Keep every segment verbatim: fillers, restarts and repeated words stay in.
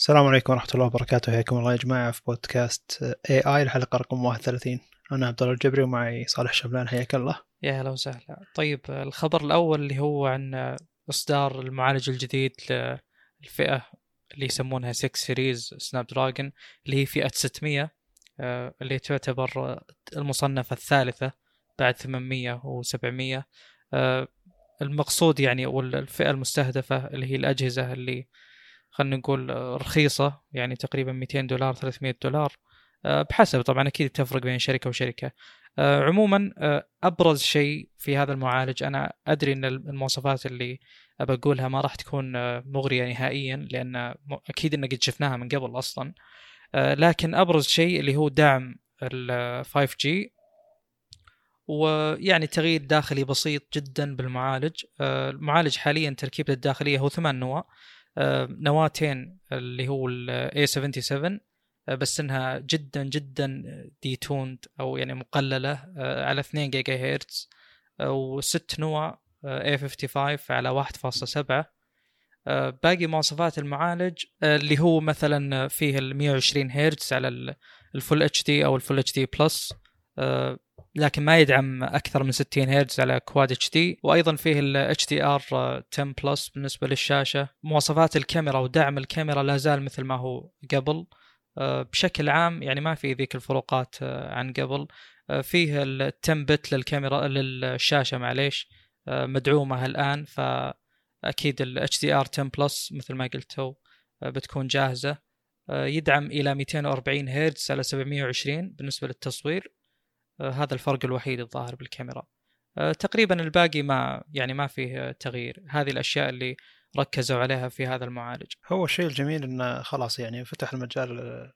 السلام عليكم ورحمة الله وبركاته. حياكم الله يا جماعة في بودكاست إيه آي الحلقة رقم واحد وثلاثين. أنا عبد الله الجبري ومعي صالح شبلان. حياك الله. يا هلا وسهلا. طيب الخبر الأول اللي هو عن إصدار المعالج الجديد للفئة اللي يسمونها ستة سيريز سناب دراجون، اللي هي فئة ستمية، اللي تعتبر المصنفة الثالثة بعد ثمانمية وسبعمية. المقصود يعني والفئة المستهدفة اللي هي الأجهزة اللي خلنا نقول رخيصة، يعني تقريبا مئتين دولار ثلاثمية دولار بحسب، طبعا أكيد تفرق بين شركة وشركة. عموما أبرز شيء في هذا المعالج، أنا أدري أن المواصفات اللي أبى أقولها ما راح تكون مغرية نهائيا، لأن أكيد أن قد شفناها من قبل أصلا، لكن أبرز شيء اللي هو دعم ال فايف جي، ويعني تغيير داخلي بسيط جدا بالمعالج. المعالج حاليا تركيبته الداخلية هو ثمان نواة، نواتين اللي هو ال إيه سبعة وسبعين، بس انها جدا جدا ديتوند او يعني مقلله على اثنين جيجا هرتز، وست نواة إيه خمسة وخمسين على واحد فاصلة سبعة. باقي مواصفات المعالج اللي هو مثلا فيه ال مئة وعشرين هرتز على الفول اتش دي او الفول اتش دي بلس، لكن ما يدعم اكثر من ستين هرتز على كواد اتش دي، وايضا فيه ال اتش دي ار عشرة بلس. بالنسبه للشاشه، مواصفات الكاميرا ودعم الكاميرا لا زال مثل ما هو قبل. بشكل عام يعني ما في ذيك الفروقات عن قبل. فيه ال عشرة بت للكاميرا للشاشه معليش مدعومه الان، فاكيد ال اتش دي ار عشرة بلس مثل ما قلتوا بتكون جاهزه. يدعم الى مئتين وأربعين هرتز على سبعمية وعشرين بالنسبه للتصوير. هذا الفرق الوحيد الظاهر بالكاميرا. تقريبا الباقي ما يعني ما فيه تغيير. هذه الأشياء اللي ركزوا عليها في هذا المعالج. هو الشيء الجميل إنه خلاص يعني فتح المجال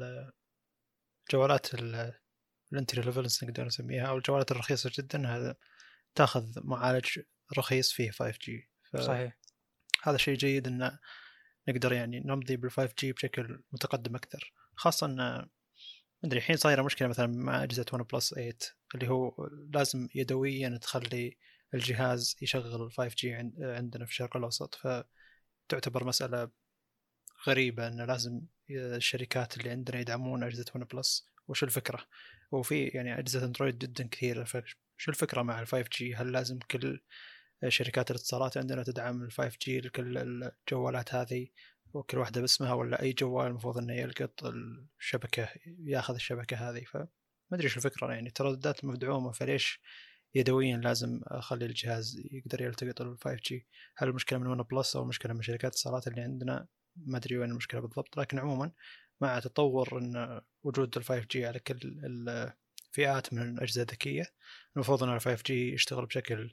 الجوالات الانتري ليفلز نقدر نسميها، أو الجوالات الرخيصة جدا، هذا تأخذ معالج رخيص فيه فايف جي. صحيح. هذا شيء جيد إنه نقدر يعني نمضي بالفايف جي بشكل متقدم أكثر، خاصة إن مدري الحين صايرة مشكلة مثلا مع أجهزة ون بلس ثمانية اللي هو لازم يدويا تخلي الجهاز يشغل فايف جي عندنا في الشرق الأوسط، فتعتبر مسألة غريبة أن لازم الشركات اللي عندنا يدعمون أجهزة ون بلس. وش الفكرة؟ وفي يعني أجهزة أندرويد جدا كثيرة، فشو الفكرة مع الفايف جي؟ هل لازم كل شركات الاتصالات عندنا تدعم الفايف جي لكل الجوالات هذه وكل واحدة باسمها، ولا أي جوال المفروض أنه يلقط الشبكة ياخذ الشبكة هذه؟ فما أدري شو الفكرة يعني. ترددات مدعومة، فليش يدويا لازم أخلي الجهاز يقدر يلتقط الفايف جي؟ هل المشكلة من ون بلس أو المشكلة من شركات الاتصالات اللي عندنا؟ ما أدري وين المشكلة بالضبط، لكن عموما مع تطور إن وجود الفايف جي على كل الفئات من الأجهزة الذكية، المفروض أن الفايف جي يشتغل بشكل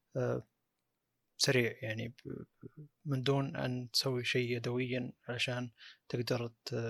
سريع، يعني من دون أن تسوي شيء يدويا علشان تقدر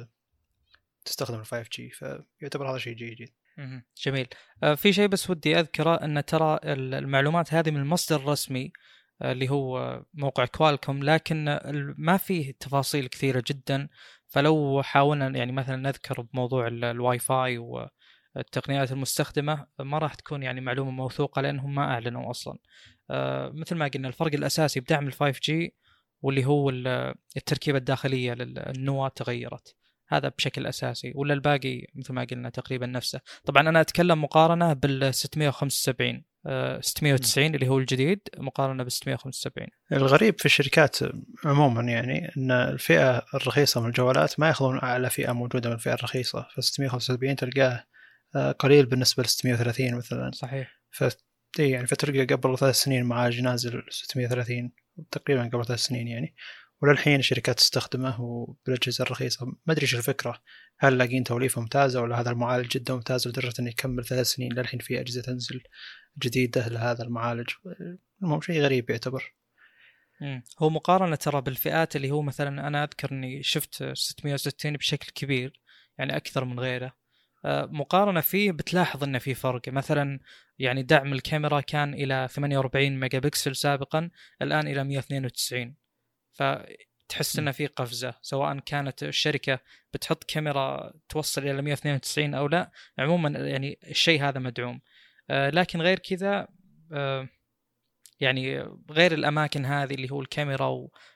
تستخدم الفايف جي، فيعتبر هذا شيء جيد. جميل. في شيء بس ودي أذكره، أن ترى المعلومات هذه من المصدر الرسمي اللي هو موقع كوالكوم، لكن ما فيه تفاصيل كثيرة جدا. فلو حاولنا يعني مثلا نذكر بموضوع الواي فاي والتقنيات المستخدمة، ما راح تكون يعني معلومة موثوقة لأنهم ما أعلنوا أصلا. آه مثل ما قلنا، الفرق الأساسي بدعم الفايف جي واللي هو التركيبة الداخلية للنواة تغيرت، هذا بشكل أساسي. ولا الباقي مثل ما قلنا تقريبا نفسه. طبعا أنا أتكلم مقارنة بال ستمية وخمسة وسبعين ستمية وتسعين اللي هو الجديد مقارنة بال ستمية وخمسة وسبعين. الغريب في الشركات عموما يعني أن الفئة الرخيصة من الجوالات ما يأخذون أعلى فئة موجودة من الفئة الرخيصة، ف ستمية وخمسة وسبعين تلقاه قليل بالنسبة ل ستمية وثلاثين مثلا. صحيح. ف يعني فتلقى قبل ثلاث سنين معالج نازل ستمية وثلاثين تقريبا قبل ثلاث سنين يعني، وللحين الشركات تستخدمه وبالأجهزة الرخيصة. ما أدري إيش الفكرة، هل لاقين توليفة ممتازة ولا هذا المعالج جدا ممتاز لدرجة أنه يكمل ثلاث سنين للحين في أجهزة تنزل جديدة لهذا المعالج؟ المهم شيء غريب يعتبر. مم. هو مقارنة ترى بالفئات اللي هو مثلا أنا أذكر أني شفت ستمية وستين بشكل كبير، يعني أكثر من غيره. مقارنة فيه بتلاحظ أنه في فرق. مثلا يعني دعم الكاميرا كان إلى ثمانية وأربعين ميجا بكسل سابقا، الآن إلى مئة واثنين وتسعين. فتحس أنه في قفزة، سواء كانت الشركة بتحط كاميرا توصل إلى مئة واثنين وتسعين أو لا. عموما يعني الشيء هذا مدعوم. لكن غير كذا يعني غير الأماكن هذه اللي هو الكاميرا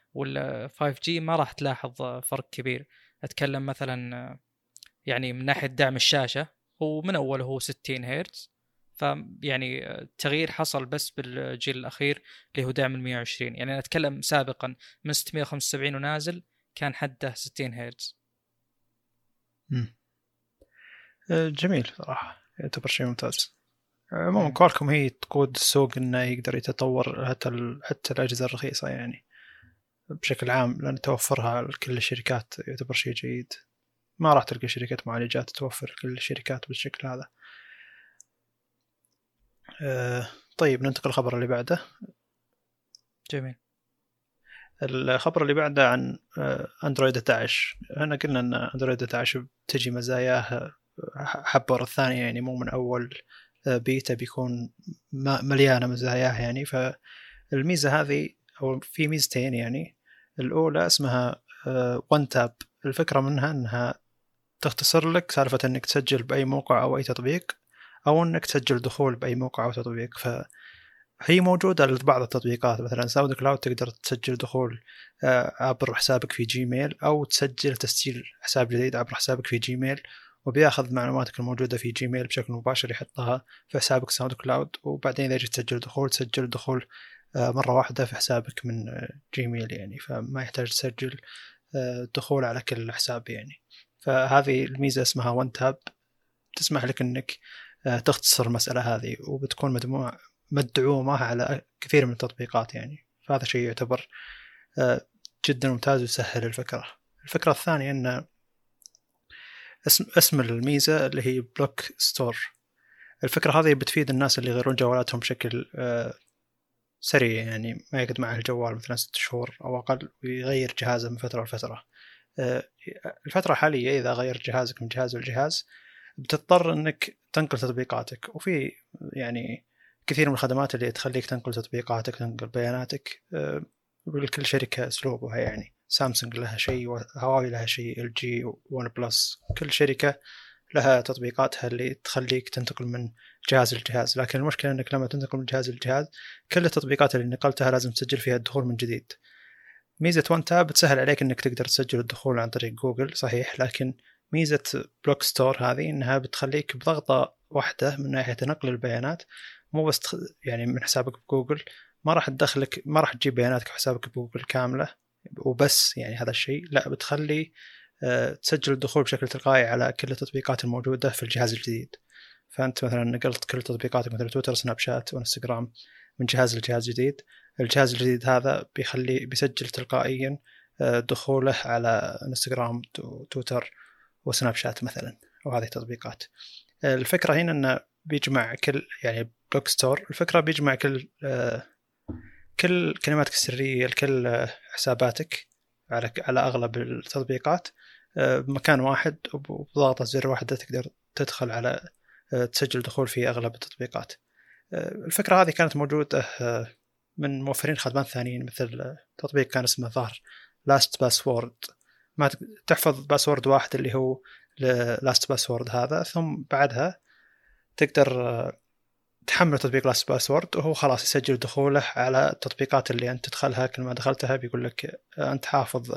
وال فايف جي ما راح تلاحظ فرق كبير. أتكلم مثلا يعني من ناحية دعم الشاشة، هو من أول هو ستين هرتز، فيعني التغيير حصل بس بالجيل الأخير اللي هو دعم المية وعشرين. يعني أنا أتكلم سابقا من ستمية وخمسة وسبعين ونازل كان حده ستين هرتز. مم. جميل صراحة، يعتبر شيء ممتاز. عموما كوالكوم هي تقود السوق انه يقدر يتطور حتى حتى الاجهزه الرخيصه يعني بشكل عام، لان توفرها لكل الشركات يعتبر شيء جيد. ما راح تلقى شركه معالجات توفر كل الشركات بالشكل هذا. أه طيب ننتقل الخبر اللي بعده. جميل. الخبر اللي بعده عن اندرويد احد عشر. هنا قلنا ان اندرويد احد عشر تجي مزاياه حبة ورا الثانية، يعني مو من اول بيتا بيكون مليانة مزاياه يعني. فالميزة هذه او في ميزتين يعني. الاولى اسمها وان تاب. الفكرة منها انها تختصر لك سالفة انك تسجل باي موقع او اي تطبيق، او انك تسجل دخول باي موقع او تطبيق. ف هي موجودة لبعض التطبيقات، مثلا ساوند كلاود تقدر تسجل دخول عبر حسابك في جيميل، أو تسجل تسجيل حساب جديد عبر حسابك في جيميل، وبياخذ معلوماتك الموجودة في جيميل بشكل مباشر يحطها في حسابك ساوند كلاود، وبعدين إذا جيت تسجل دخول تسجل دخول مرة واحدة في حسابك من جيميل يعني، فما يحتاج تسجل دخول على كل حساب يعني. فهذه الميزة اسمها وان تاب، تسمح لك أنك تختصر المسألة هذه، وبتكون مجموعة مدعومة على كثير من التطبيقات يعني. فهذا شيء يعتبر جدا ممتاز ويسهل الفكرة. الفكرة الثانية أن اسم, اسم الميزة اللي هي بلوك ستور. الفكرة هذه بتفيد الناس اللي يغيرون جوالاتهم بشكل سريع، يعني ما يقعد معه الجوال مثلا ست شهور أو أقل ويغير جهازه من فترة لفترة. الفترة الحالية إذا غير جهازك من جهاز لجهاز بتضطر أنك تنقل تطبيقاتك، وفي يعني كثير من الخدمات اللي تخليك تنقل تطبيقاتك تنقل بياناتك. كل شركة أسلوبها يعني. سامسونج لها شيء، وهواوي لها شيء، ال جي، وون بلس، كل شركة لها تطبيقاتها اللي تخليك تنتقل من جهاز لجهاز. لكن المشكلة أنك لما تنتقل من جهاز لجهاز كل التطبيقات اللي نقلتها لازم تسجل فيها الدخول من جديد. ميزة وان تاب بتسهل عليك أنك تقدر تسجل الدخول عن طريق جوجل صحيح، لكن ميزة بلوك ستور هذه إنها بتخليك بضغطة واحدة من ناحية نقل البيانات، مو بس يعني من حسابك بجوجل ما راح تدخلك، ما راح تجيب بياناتك في حسابك بجوجل كاملة وبس يعني هذا الشيء، لا بتخلي أه تسجل الدخول بشكل تلقائي على كل التطبيقات الموجودة في الجهاز الجديد. فأنت مثلا نقلت كل تطبيقاتك مثل تويتر، سناب شات، وانستغرام من جهاز لجهاز جديد، الجهاز الجديد هذا بيخلي بيسجل تلقائيا دخوله على انستغرام وتويتر وسناب شات مثلا، وهذه التطبيقات. الفكرة هنا أنه بيجمع كل يعني بلوك ستور، الفكرة بيجمع كل آه كل كلماتك السرية لكل حساباتك على على أغلب التطبيقات آه بمكان واحد، وبضغطة زر واحدة تقدر تدخل على آه تسجل دخول في أغلب التطبيقات. آه الفكرة هذه كانت موجودة آه من موفرين خدمات ثانيين، مثل تطبيق كان اسمه ظهر لاست باسورد، ما تحفظ باسورد واحد اللي هو لاست باسورد هذا، ثم بعدها تقدر تحمل تطبيق لاست باسورد وهو خلاص يسجل دخوله على التطبيقات اللي أنت تدخلها. كل ما دخلتها بيقول لك أنت حافظ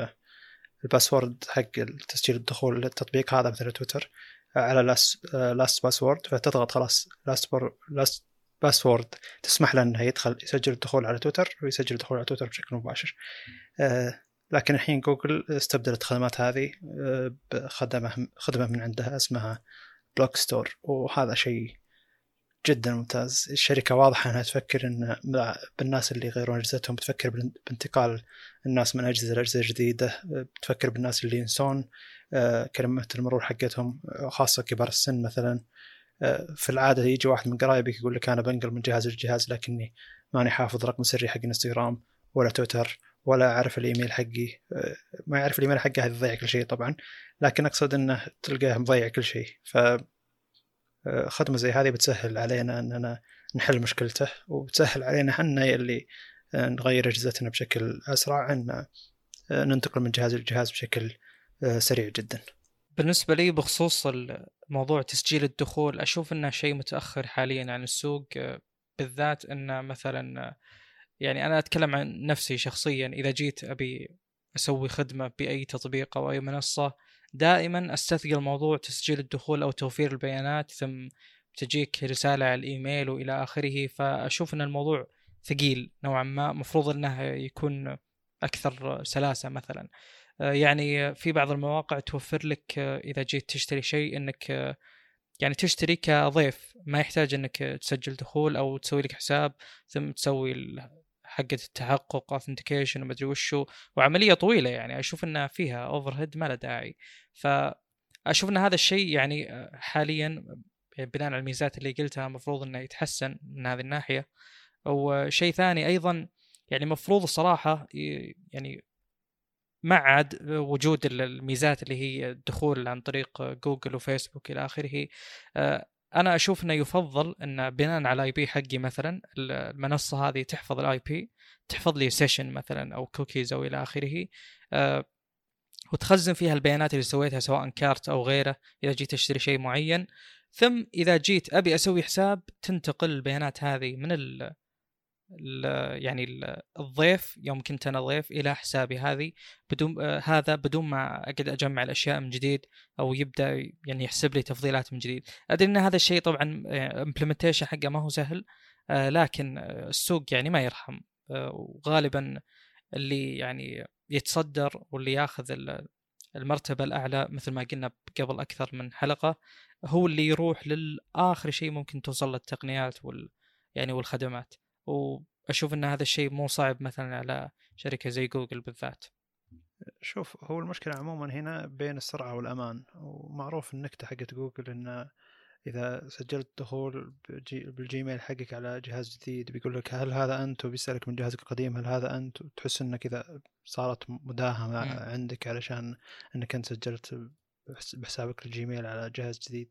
الباسورد حق تسجيل الدخول للتطبيق هذا مثل تويتر على لاست لاست باسورد، فتضغط خلاص لاست لاست باسورد تسمح له انه يدخل يسجل الدخول على تويتر ويسجل الدخول على تويتر بشكل مباشر. آه لكن الحين جوجل استبدلت الخدمات هذه آه بخدمة خدمة من عندها اسمها بلوك ستور، وهذا شيء جدا ممتاز. الشركة واضحة أنها تفكر إن بالناس اللي يغيرون أجهزتهم، بتفكر بانتقال الناس من أجهزة لأجهزة جديدة، بتفكر بالناس اللي ينسون آه كلمة المرور حقتهم، خاصة كبار السن مثلا. في العادة يجي واحد من قرايبك يقول لك أنا بنقل من جهاز لجهاز لكني ماني حافظ رقم سري حق انستغرام ولا تويتر ولا أعرف الإيميل حقي. ما يعرف الإيميل حقه هذا يضيع كل شيء طبعا، لكن أقصد أنه تلقاه مضيع كل شيء. فخدمة زي هذه بتسهل علينا أننا نحل مشكلته، وبتسهل علينا حنا اللي نغير أجهزتنا بشكل أسرع، أن ننتقل من جهاز لجهاز بشكل سريع جدا. بالنسبة لي بخصوص موضوع تسجيل الدخول، أشوف أنه شيء متأخر حاليا عن السوق، بالذات أن مثلا يعني انا اتكلم عن نفسي شخصيا، اذا جيت ابي اسوي خدمه باي تطبيق او اي منصه دائما استثقل موضوع تسجيل الدخول او توفير البيانات، ثم تجيك رساله على الايميل والى اخره. فاشوف ان الموضوع ثقيل نوعا ما، مفروض انه يكون اكثر سلاسه مثلا. يعني في بعض المواقع توفر لك اذا جيت تشتري شيء انك يعني تشتري كضيف، ما يحتاج انك تسجل دخول او تسوي لك حساب ثم تسوي حقة التحقق authentication وما ادري وشو، وعملية طويلة. يعني اشوف انها فيها اوفر هيد ما له داعي. فاشوف ان هذا الشيء يعني حاليا بناء على الميزات اللي قلتها مفروض انه يتحسن من هذه الناحية. وشيء ثاني ايضا يعني مفروض الصراحة يعني مع عاد وجود الميزات اللي هي الدخول عن طريق جوجل وفيسبوك إلى آخره، أنا أشوف أنه يفضل أن بناء على الآي بي حقي مثلا المنصة هذه تحفظ الآي بي، تحفظ لي سيشن مثلا أو كوكيز أو إلى آخره، وتخزن فيها البيانات اللي سويتها سواء كارت أو غيره إذا جيت أشتري شيء معين. ثم إذا جيت أبي أسوي حساب تنتقل البيانات هذه من ال يعني الضيف يوم كنت أنا ضيف إلى حسابي هذه بدون آه هذا بدون ما أقعد أجمع الأشياء من جديد أو يبدأ يعني يحسب لي تفضيلات من جديد. أدري أن هذا الشيء طبعا implementation حقه ما هو سهل، آه لكن السوق يعني ما يرحم، آه وغالبا اللي يعني يتصدر واللي ياخذ المرتبة الأعلى مثل ما قلنا قبل أكثر من حلقة هو اللي يروح للآخر شيء ممكن توصل للتقنيات وال يعني والخدمات. وأشوف أن هذا الشيء مو صعب مثلا على شركة زي جوجل بالذات. شوف، هو المشكلة عموما هنا بين السرعة والأمان، ومعروف النكتة حقت جوجل إن إذا سجلت دخول بالجيميل حقك على جهاز جديد بيقول لك هل هذا أنت، وبيسألك من جهازك القديم هل هذا أنت، وتحس إنك إذا صارت مداهمة م. عندك علشان إنك أنت سجلت بحسابك الجيميل على جهاز جديد.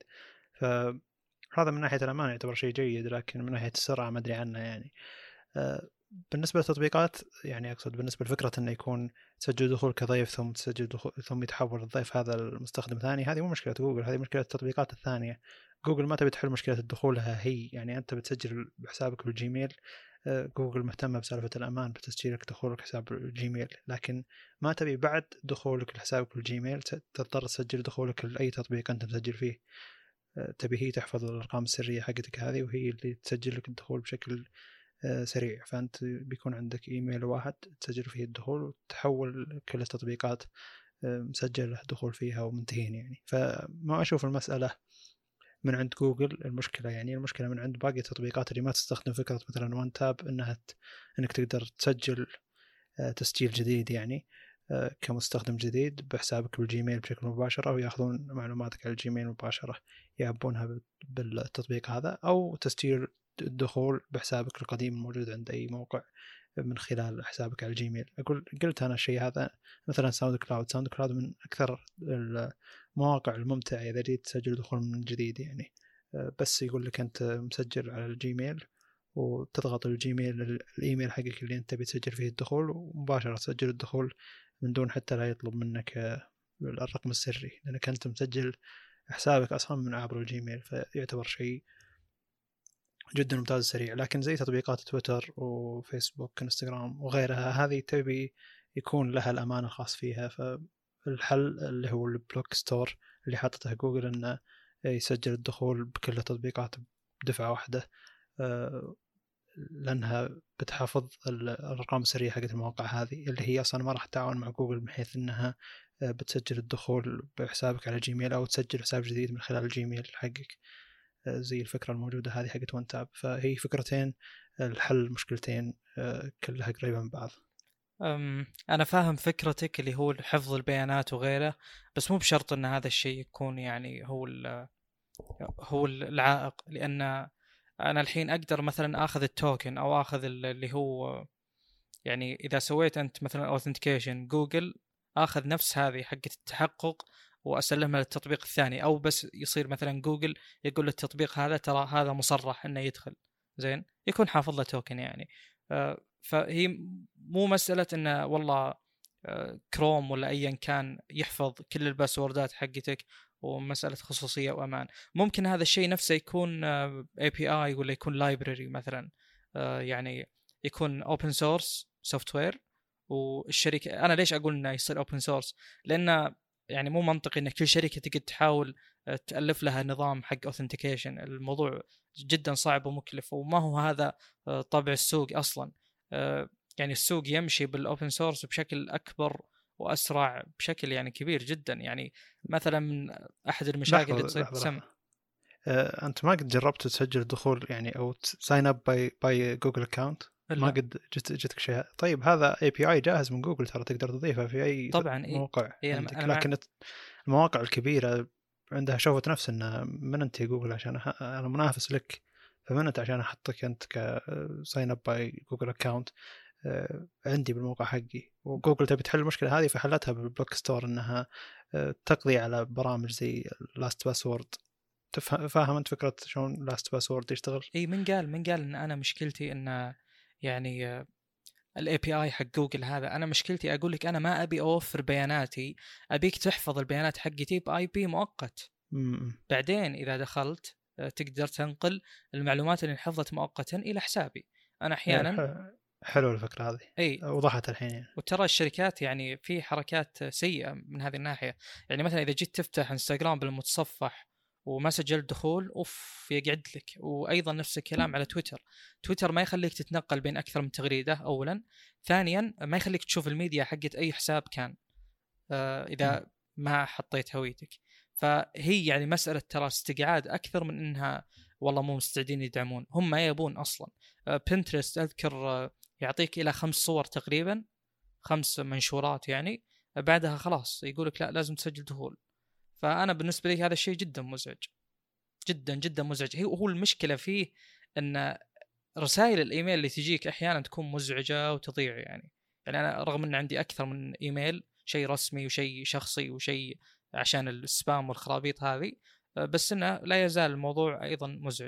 فهذا من ناحية الأمان يعتبر شيء جيد، لكن من ناحية السرعة ما أدري عنه يعني. بالنسبة للتطبيقات يعني أقصد بالنسبة لفكرة أنه يكون تسجل دخول كضيف ثم تسجل دخول ثم يتحول الضيف هذا المستخدم ثاني، هذه مو مشكلة جوجل، هذه مشكلة التطبيقات الثانية. جوجل ما تبي تحل مشكلة الدخول هي، يعني أنت بتسجل بحسابك بالجيميل، جوجل مهتمة بسالفة الأمان بتسجيلك دخولك حساب الجيميل، لكن ما تبي بعد دخولك لحسابك بالجيميل تضطر تسجل دخولك لأي تطبيق أنت مسجل فيه. تبي هي تحفظ الأرقام السرية حقتك هذه، وهي اللي تسجل لك الدخول بشكل سريع. فأنت بيكون عندك إيميل واحد تسجل فيه الدخول وتحول كل التطبيقات مسجل له دخول فيها ومنتهين يعني. فما أشوف المسألة من عند جوجل المشكلة، يعني المشكلة من عند باقي التطبيقات اللي ما تستخدم فكرة مثلا وان تاب إنها ت... إنك تقدر تسجل تسجيل جديد يعني كمستخدم جديد بحسابك بالجيميل بشكل مباشر، أو يأخذون معلوماتك على الجيميل مباشرة يعبونها بالتطبيق هذا، أو تسجيل الدخول بحسابك القديم الموجود عند أي موقع من خلال حسابك على الجيميل. أقول قلت أنا الشيء هذا مثلا ساوند كلاود ساوند كلاود من أكثر المواقع الممتعة إذا جيت تسجل دخول من جديد يعني. بس يقول لك أنت مسجل على الجيميل وتضغط الجيميل الإيميل حقك اللي أنت بتسجل فيه الدخول ومباشرة تسجل الدخول من دون حتى لا يطلب منك الرقم السري، لأنك أنت مسجل حسابك أصلا من عبر الجيميل، فيعتبر شيء جدا ممتاز سريع. لكن زي تطبيقات تويتر وفيسبوك انستغرام وغيرها هذه تبي يكون لها الأمان الخاص فيها. فالحل اللي هو البلوك ستور اللي حاطته جوجل أنه يسجل الدخول بكل التطبيقات بدفعة واحدة، لأنها بتحافظ الأرقام السرية حقت المواقع هذه اللي هي أصلا ما راح تتعاون مع جوجل بحيث أنها بتسجل الدخول بحسابك على جيميل أو تسجل حساب جديد من خلال الجيميل حقك زي الفكرة الموجودة هذه حقت وان تاب. فهي فكرتين الحل مشكلتين كلها قريبة من بعض. أنا فاهم فكرتك اللي هو حفظ البيانات وغيره، بس مو بشرط أن هذا الشيء يكون يعني هو هو العائق. لأن أنا الحين أقدر مثلا أخذ التوكن أو أخذ اللي هو يعني إذا سويت أنت مثلا authentication جوجل أخذ نفس هذه حقة التحقق وأسلمها للتطبيق الثاني، أو بس يصير مثلا جوجل يقول للتطبيق هذا ترى هذا مصرح إنه يدخل زين يكون حافظ له توكن يعني. فهي مو مسألة إنه والله كروم ولا أيا كان يحفظ كل الباسوردات حقتك ومسألة خصوصية وأمان. ممكن هذا الشيء نفسه يكون إيه بي آي ولا يكون library مثلا، يعني يكون اوبن سورس سوفت وير، والشركه انا ليش اقول انه يصير اوبن سورس؟ لان يعني مو منطقي ان كل شركه تقدر تحاول تالف لها نظام حق اوثنتيكيشن. الموضوع جدا صعب ومكلف، وما هو هذا طبع السوق اصلا. يعني السوق يمشي بالاوبن سورس بشكل اكبر واسرع بشكل يعني كبير جدا. يعني مثلا من احد المشاكل اللي تصير سم أه انت ما قد جربت تسجل دخول يعني او ساين اب باي باي جوجل اكاونت؟ ما قد جت جتك شيء؟ طيب هذا اي بي اي جاهز من جوجل، ترى تقدر تضيفه في اي طبعا موقع إيه عندك. أنا لكن المواقع الكبيره عندها شوفت نفس انه من انت جوجل عشان انا منافس لك، فمن انت عشان احطك انت كساين اب باي جوجل اكاونت عندي بالموقع حقي. وجوجل تبي تحل المشكله هذه فحلتها بالبلوك ستور، انها تقضي على برامج زي لاست باسورد. فاهم انت فكره شلون لاست باسورد يشتغل؟ اي من قال من قال ان انا مشكلتي ان يعني الاي بي اي حق جوجل هذا، انا مشكلتي اقول لك انا ما ابي اوفر بياناتي، ابيك تحفظ البيانات حقتي باي بي مؤقت. م- بعدين اذا دخلت تقدر تنقل المعلومات اللي انحفظت مؤقتا الى حسابي. انا احيانا حلو الفكره هذه، اي وضحت الحين يعني. وترى الشركات يعني في حركات سيئه من هذه الناحيه. يعني مثلا اذا جيت تفتح انستغرام بالمتصفح وما سجلت دخول اوف يقعد لك. وايضا نفس الكلام على تويتر. تويتر ما يخليك تتنقل بين اكثر من تغريده اولا، ثانيا ما يخليك تشوف الميديا حقت اي حساب كان آه اذا ما حطيت هويتك. فهي يعني مساله ترى استقعاد اكثر من انها والله مو مستعدين يدعمون. هم ما يبون اصلا. آه بنترست اذكر آه يعطيك الى خمس صور تقريبا، خمس منشورات يعني، بعدها خلاص يقولك لا لازم تسجل دخول. فأنا بالنسبة لي هذا الشيء جدا مزعج، جدا جدا مزعج. هي وهو المشكلة فيه أن رسائل الإيميل اللي تجيك أحيانا تكون مزعجة وتضيع. يعني يعني أنا رغم أن عندي أكثر من إيميل، شيء رسمي وشيء شخصي وشيء عشان السبام والخرابيط هذه، بس إنه لا يزال الموضوع أيضا مزعج.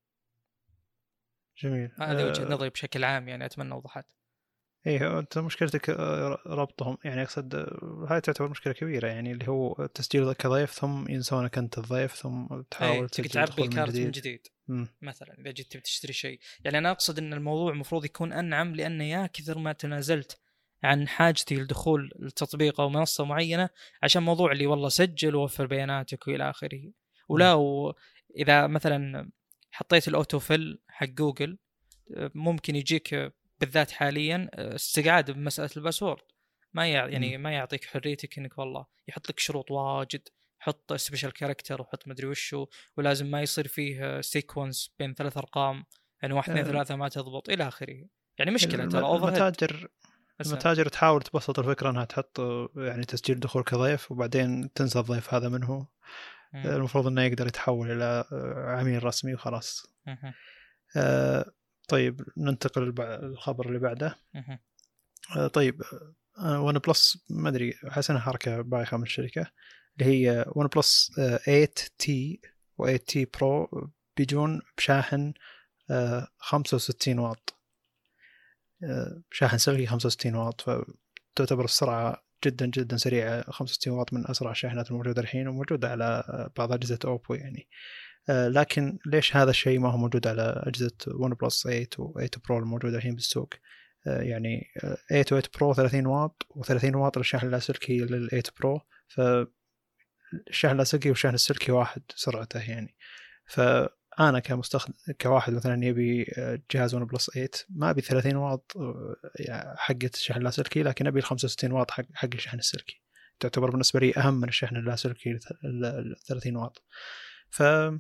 جميل. هذا أه وجهة نظري بشكل عام، يعني أتمنى وضحت. ايه انت مشكلتك ربطهم، يعني اقصد هاي تعتبر مشكله كبيره، يعني اللي هو تسجيل كضيف ثم ينسونك انت الضيف ثم تحاول ايه تسجل تعبي الكارت من جديد, من جديد. م. مثلا اذا جيت تشتري شيء. يعني انا اقصد ان الموضوع المفروض يكون انعم، لان يا كثر ما تنازلت عن حاجتي لدخول التطبيق او منصه معينه عشان موضوع اللي والله سجل ووفر بياناتك والى اخره. ولا واذا مثلا حطيت الاوتوفيل حق جوجل ممكن يجيك بالذات حاليا استقعاد بمساله الباسورد. ما يعني ما يعطيك حريتك انك والله يحط لك شروط واجد، حط سبيشال كاركتر وحط مدري وشو، ولازم ما يصير فيه سيكونس بين ثلاث ارقام، يعني واحد اثنين ثلاثه ما تضبط الى اخره. يعني مشكله ترى اوفر المتاجر المتاجر تحاول تبسط الفكره انها تحط يعني تسجيل دخول كضيف وبعدين تنسى الضيف هذا منه. م. المفروض انه يقدر يتحول الى عميل رسمي وخلاص. آه طيب ننتقل للخبر اللي بعده. آه طيب ون بلس ما ادري احس انها حركه بايخه من الشركه، اللي هي ون بلس ثمانية تي و ثمانية تي برو بيجون بشاحن خمسة وستين واط، شاحن سلكي خمسة وستين واط، فتعتبر السرعه جدا جدا سريعه. خمسة وستين واط من اسرع الشاحنات الموجوده الحين وموجوده على بعض اجهزه اوبو يعني. لكن ليش هذا الشيء ما هو موجود على اجهزه ون بلس ثمانية و ثمانية برو الموجوده الحين بالسوق؟ يعني ثمانية و ثمانية برو ثلاثين واط و30 واط للشاحن اللاسلكي لل ثمانية برو، فالشاحن اللاسلكي والشاحن السلكي واحد سرعته يعني. فأنا كمستخدم كواحد مثلا يبي جهاز ون بلس ثمانية ما أبي ثلاثين واط حقة الشاحن اللاسلكي، لكن أبي الخمسة وستين واط حق حق الشاحن السلكي. تعتبر بالنسبة لي أهم من الشاحن اللاسلكي ثلاثين واط. ف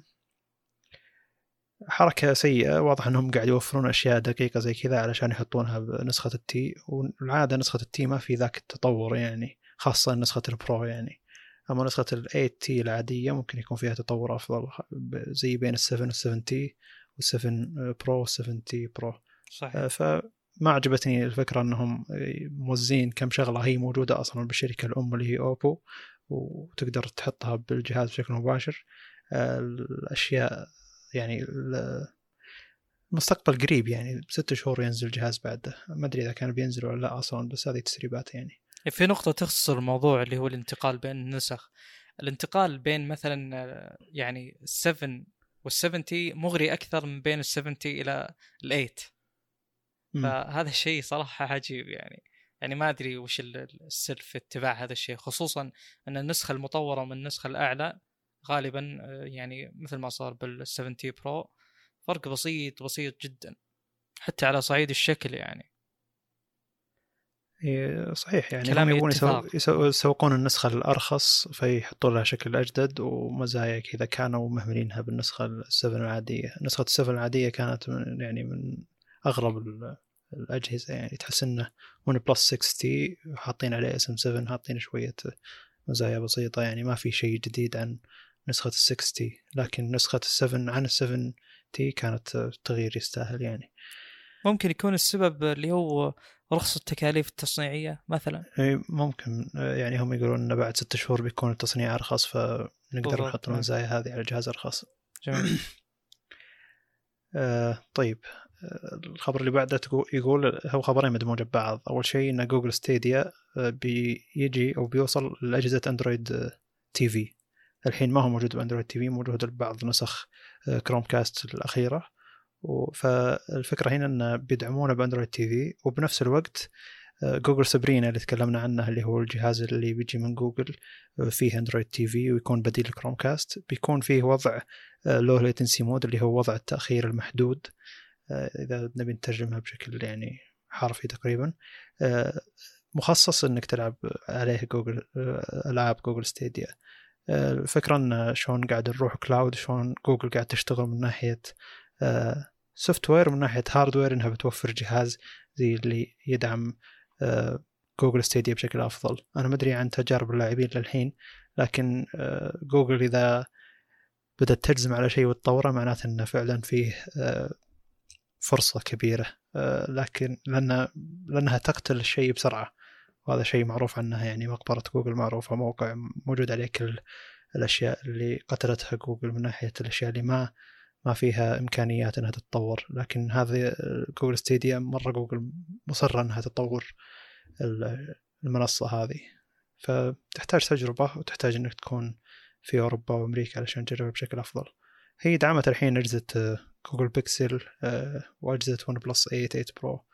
حركة سيئة، واضح أنهم قاعد يوفرون أشياء دقيقة زي كذا علشان يحطونها بنسخة التي، والعادة نسخة التي ما في ذاك التطور يعني، خاصة نسخة البرو يعني. أما نسخة الثمانية تي العادية ممكن يكون فيها تطور أفضل، زي بين السفن والسفن تي والسفن برو والسفن تي برو. صحيح. فما عجبتني الفكرة أنهم موزين كم شغلة هي موجودة أصلا بالشركة الأم اللي هي أوبو وتقدر تحطها بالجهاز بشكل مباشر. الأشياء يعني المستقبل قريب، يعني ست شهور ينزل الجهاز بعده، ما أدري إذا كان بينزل ولا لا أصلا، بس هذه تسريبات يعني. في نقطة تخص الموضوع اللي هو الانتقال بين النسخ. الانتقال بين مثلا يعني السفن والسفنتي مغري أكثر من بين السفنتي إلى الأيت. فهذا الشيء صراحة عجيب يعني. يعني ما أدري وش السر في اتباع هذا الشيء، خصوصا أن النسخة المطورة من النسخة الأعلى غالبا يعني مثل ما صار بالسفن تي برو فرق بسيط بسيط جدا حتى على صعيد الشكل يعني. صحيح يعني هم يبون يسوقون النسخة الأرخص فيحطوا لها شكل أجدد ومزايا كذا، كانوا مهملينها بالنسخة السفن العادية. نسخة السفن العادية كانت من يعني من أغرب الأجهزة، يعني تحس إنه ون بلس ستين حاطين عليه اسم سفن، حاطين شوية مزايا بسيطة، يعني ما في شيء جديد عن نسخة الستين. لكن نسخة السفن عن السفن تي كانت تغيير يستاهل يعني. ممكن يكون السبب اللي هو رخص التكاليف التصنيعية مثلا. ممكن يعني هم يقولون أن بعد ستة شهور بيكون التصنيع أرخص فنقدر نحط المزايا هذه على الجهاز أرخص. جميل. آه طيب آه الخبر اللي بعده يقول هو خبرين مدموجة ببعض. أول شيء أن جوجل ستيديا آه بيجي أو بيوصل لأجهزة أندرويد تي في. الحين ما هو موجود بأندرويد تي في، موجود ببعض نسخ آه كروم كاست الأخيرة. فالفكرة هنا أن بيدعمونه بأندرويد تي في، وبنفس الوقت جوجل سابرينا اللي تكلمنا عنه اللي هو الجهاز اللي بيجي من جوجل فيه اندرويد تي في ويكون بديل الكروم كاست، بيكون فيه وضع لو ليتنسي مود اللي هو وضع التأخير المحدود، إذا نبي نترجمها بشكل يعني حرفي تقريبا، مخصص إنك تلعب عليه جوجل ألعاب جوجل ستيديا. الفكرة أن شلون قاعد نروح كلاود، شلون جوجل قاعد تشتغل من ناحية سوفت وير ومن ناحية هاردوير، إنها بتوفر جهاز زي اللي يدعم جوجل ستيديا بشكل أفضل. أنا ما أدري عن تجارب اللاعبين للحين، لكن جوجل إذا بدأت تجزم على شيء وتطوره معناته أنه فعلا فيه فرصة كبيرة، لكن لأن لأنها تقتل الشيء بسرعة، وهذا شيء معروف عنها. يعني مقبرة جوجل معروفة، موقع موجود عليه كل الأشياء اللي قتلتها جوجل من ناحية الأشياء اللي ما ما فيها إمكانيات أنها تتطور. لكن هذه جوجل ستيديا مرة جوجل مصرة أنها تطور المنصة هذه، فتحتاج تجربة وتحتاج أنك تكون في أوروبا وأمريكا علشان تجربها بشكل أفضل. هي دعمت الحين أجهزة جوجل بيكسل وأجهزة ون بلس ثمانية ثمانية برو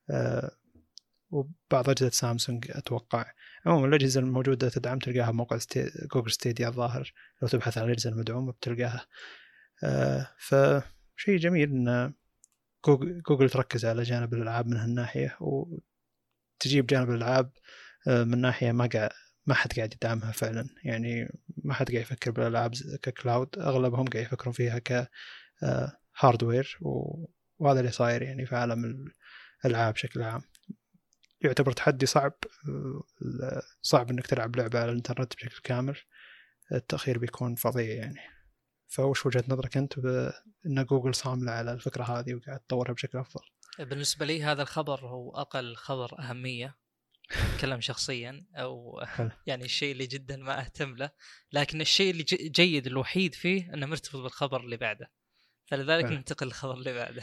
وبعض أجهزة سامسونج أتوقع. عموما الأجهزة الموجودة تدعم تلقاها موقع جوجل ستيديا الظاهر، لو تبحث عن الأجهزة المدعومة بتلقاها. فشيء جميل أن جوجل تركز على جانب الألعاب من هالناحية، وتجيب جانب الألعاب من ناحية ما قاعد ما حد قاعد يدعمها فعلا. يعني ما حد قاعد يفكر بالألعاب ككلاود، أغلبهم قاعد يفكرون فيها كهاردوير، وهذا اللي صاير يعني في عالم الألعاب بشكل عام. يعتبر تحدي صعب، صعب أنك تلعب لعبة على الإنترنت بشكل كامل، التأخير بيكون فظيع يعني. فوش وجهة نظرك أنت بأن جوجل صاملة على الفكرة هذه وقاعد تطورها بشكل أفضل؟ بالنسبة لي هذا الخبر هو أقل خبر أهمية، أتكلم شخصيا، أو يعني الشيء اللي جدا ما أهتم له، لكن الشيء اللي جيد الوحيد فيه أنه مرتبط بالخبر اللي بعده، فلذلك ننتقل للخبر اللي بعده.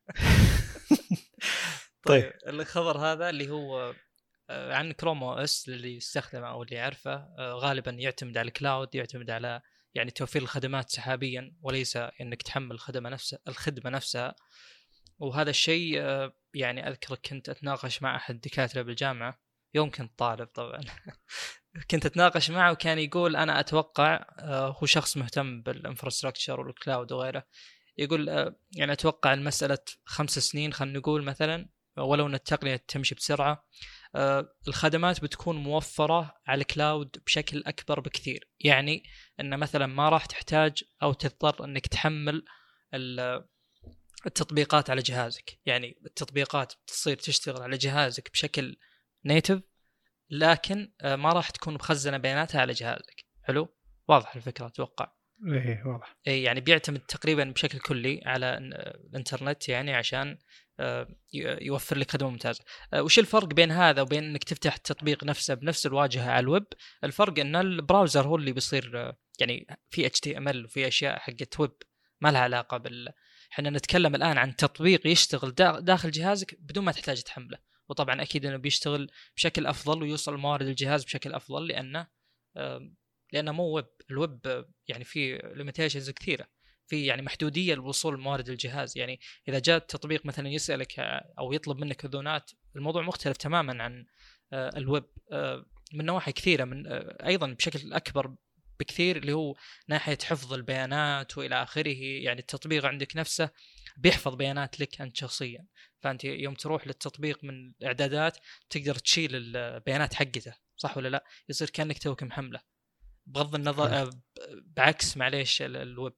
طيب الخبر هذا اللي هو عن كروم او اس اللي يستخدمه أو اللي يعرفه، غالبا يعتمد على الكلاود، يعتمد على يعني توفير الخدمات سحابيا وليس انك تحمل الخدمه نفسها الخدمه نفسها. وهذا الشيء يعني اذكر كنت اتناقش مع احد الدكاتره بالجامعه، يوم كنت طالب طبعا كنت اتناقش معه وكان يقول انا اتوقع، هو شخص مهتم بالانفراستراكشر والكلاود وغيره، يقول يعني اتوقع المساله خمس سنين خلينا نقول مثلا، ولو ان التقنيه تمشي بسرعه، الخدمات بتكون موفرة على الكلاود بشكل أكبر بكثير. يعني أن مثلا ما راح تحتاج أو تضطر أنك تحمل التطبيقات على جهازك، يعني التطبيقات تصير تشتغل على جهازك بشكل نيتف، لكن ما راح تكون مخزنة بياناتها على جهازك. حلو، واضح الفكرة أتوقع؟ إيه واضح. إيه يعني بيعتمد تقريبا بشكل كلي على الإنترنت، يعني عشان يوفر لك خدمة ممتازة. وش الفرق بين هذا وبين انك تفتح التطبيق نفسه بنفس الواجهة على الويب؟ الفرق ان البراوزر هو اللي بيصير يعني في إتش تي إم إل وفي اشياء حقت ويب ما لها علاقة بال. احنا نتكلم الان عن تطبيق يشتغل داخل جهازك بدون ما تحتاج تحمله، وطبعا اكيد انه بيشتغل بشكل افضل ويوصل موارد الجهاز بشكل افضل، لانه لانه مو ويب. الويب يعني فيه ليميتيشنز كثيرة، في يعني محدوديه للوصول لموارد الجهاز. يعني اذا جاء التطبيق مثلا يسالك او يطلب منك اذونات، الموضوع مختلف تماما عن الويب من نواحي كثيره، من ايضا بشكل اكبر بكثير اللي هو ناحيه حفظ البيانات والى اخره. يعني التطبيق عندك نفسه بيحفظ بيانات لك انت شخصيا، فانت يوم تروح للتطبيق من الاعدادات تقدر تشيل البيانات حقته، صح ولا لا؟ يصير كانك توك محمله، بغض النظر بعكس معليش الويب.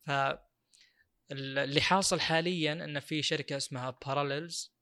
فاللي حاصل حاليا ان في شركه اسمها باراليلز،